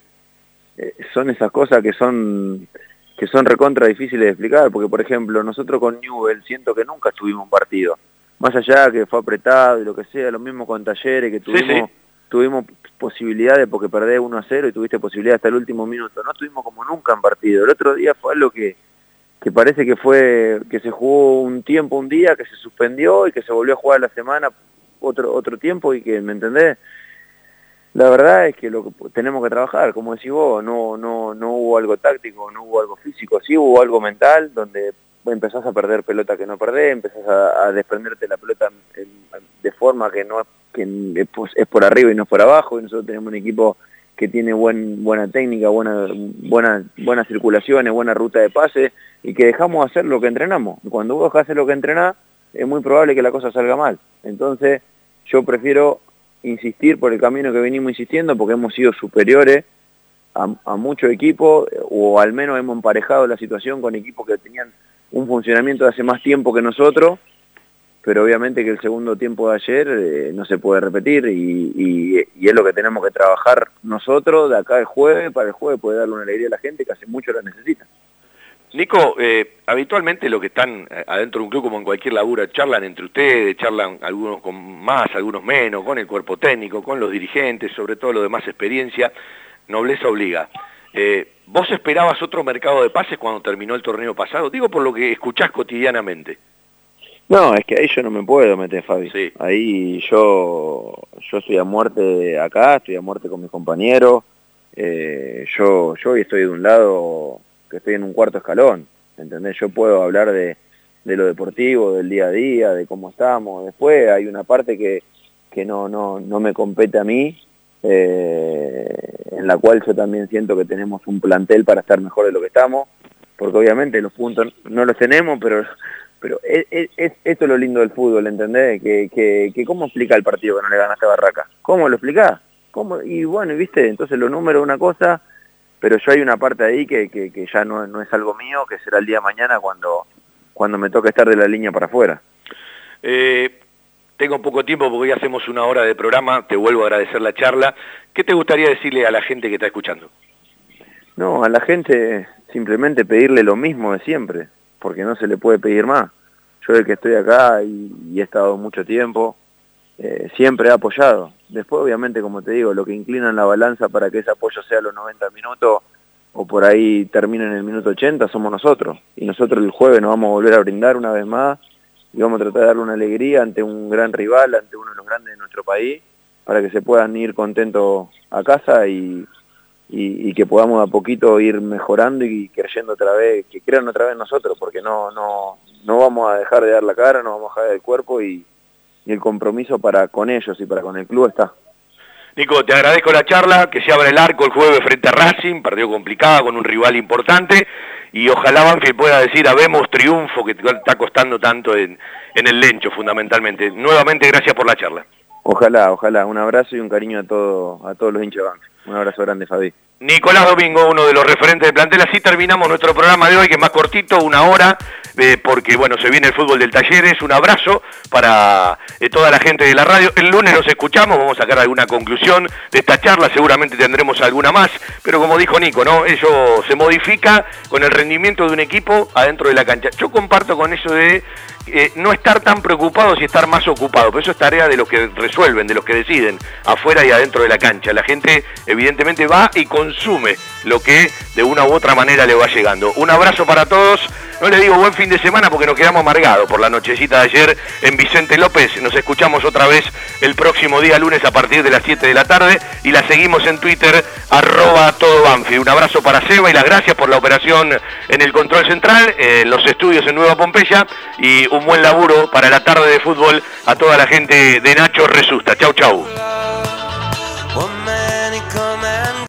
son esas cosas que son que son recontra difíciles de explicar, porque por ejemplo nosotros con Newell siento que nunca tuvimos un partido, más allá que fue apretado y lo que sea, lo mismo con Talleres, que tuvimos sí, sí. tuvimos posibilidades porque perdés uno a cero y tuviste posibilidad hasta el último minuto, no tuvimos como nunca en partido. El otro día fue algo que, que parece que fue que se jugó un tiempo un día, que se suspendió y que se volvió a jugar la semana otro otro tiempo, y que, ¿me entendés? La verdad es que lo que tenemos que trabajar, como decís vos, no, no, no hubo algo táctico, no hubo algo físico, sí hubo algo mental, donde empezás a perder pelota que no perdés, empezás a, a desprenderte la pelota en, en, de forma que no que es, es por arriba y no es por abajo, y nosotros tenemos un equipo que tiene buen, buena técnica, buena, buena, buenas circulaciones, buena ruta de pase, y que dejamos hacer lo que entrenamos. Cuando vos dejás hacer lo que entrenás, es muy probable que la cosa salga mal. Entonces, yo prefiero insistir por el camino que venimos insistiendo, porque hemos sido superiores a, a muchos equipos, o al menos hemos emparejado la situación con equipos que tenían un funcionamiento de hace más tiempo que nosotros, pero obviamente que el segundo tiempo de ayer eh, no se puede repetir, y, y, y es lo que tenemos que trabajar nosotros de acá el jueves, para el jueves poder darle una alegría a la gente que hace mucho la necesita. Nico, eh, habitualmente los que están adentro de un club, como en cualquier laburo, charlan entre ustedes, charlan algunos con más, algunos menos, con el cuerpo técnico, con los dirigentes, sobre todo los de más experiencia. Nobleza obliga. Eh, ¿Vos esperabas otro mercado de pases cuando terminó el torneo pasado? Digo por lo que escuchás cotidianamente. No, es que ahí yo no me puedo meter, Fabi. Sí. Ahí yo yo estoy a muerte acá, estoy a muerte con mis compañeros. Eh, yo, yo hoy estoy de un lado... que estoy en un cuarto escalón, ¿entendés? Yo puedo hablar de, de lo deportivo, del día a día, de cómo estamos. Después hay una parte que, que no, no, no me compete a mí, eh, en la cual yo también siento que tenemos un plantel para estar mejor de lo que estamos, porque obviamente los puntos no los tenemos, pero pero es, es, esto es lo lindo del fútbol, ¿entendés? Que, que, que ¿cómo explica el partido que no le ganaste a Barraca? ¿Cómo lo explicás? ¿Cómo? Y bueno, ¿viste? Entonces los números una cosa... pero yo hay una parte ahí que, que, que ya no, no es algo mío, que será el día de mañana cuando, cuando me toque estar de la línea para afuera. Eh, tengo poco tiempo porque hoy hacemos una hora de programa, te vuelvo a agradecer la charla. ¿Qué te gustaría decirle a la gente que está escuchando? No, a la gente simplemente pedirle lo mismo de siempre, porque no se le puede pedir más. Yo el que estoy acá y, y he estado mucho tiempo, eh, siempre he apoyado. Después, obviamente, como te digo, lo que inclina en la balanza para que ese apoyo sea los noventa minutos o por ahí termine en el minuto ochenta somos nosotros. Y nosotros el jueves nos vamos a volver a brindar una vez más y vamos a tratar de darle una alegría ante un gran rival, ante uno de los grandes de nuestro país, para que se puedan ir contentos a casa y, y, y que podamos a poquito ir mejorando y creyendo otra vez, que crean otra vez nosotros, porque no, no, no vamos a dejar de dar la cara, no vamos a dejar el cuerpo y, y el compromiso para con ellos y para con el club está. Nico, te agradezco la charla, que se abra el arco el jueves frente a Racing, partido complicado con un rival importante, y ojalá Banfield pueda decir, habemos triunfo que te está costando tanto en, en el Lencho fundamentalmente. Nuevamente, gracias por la charla. Ojalá, ojalá, un abrazo y un cariño a, todo, a todos los hinchas de Banfield. Un abrazo grande, Fabi. Nicolás Domingo, uno de los referentes del plantel. Así terminamos nuestro programa de hoy, que es más cortito, una hora, eh, porque bueno, se viene el fútbol del Talleres. Un abrazo para eh, toda la gente de la radio. El lunes nos escuchamos, vamos a sacar alguna conclusión de esta charla, seguramente tendremos alguna más, pero como dijo Nico, ¿no? Eso se modifica con el rendimiento de un equipo adentro de la cancha. Yo comparto con eso de eh, no estar tan preocupados y estar más ocupados, pero eso es tarea de los que resuelven, de los que deciden, afuera y adentro de la cancha. La gente evidentemente va y consume lo que de una u otra manera le va llegando. Un abrazo para todos. No les digo buen fin de semana porque nos quedamos amargados por la nochecita de ayer en Vicente López. Nos escuchamos otra vez el próximo día lunes a partir de las siete de la tarde y la seguimos en Twitter, arroba todo Banfield. Un abrazo para Seba y las gracias por la operación en el control central, en los estudios en Nueva Pompeya, y un buen laburo para la tarde de fútbol a toda la gente de Nacho Resusta. Chau, chau.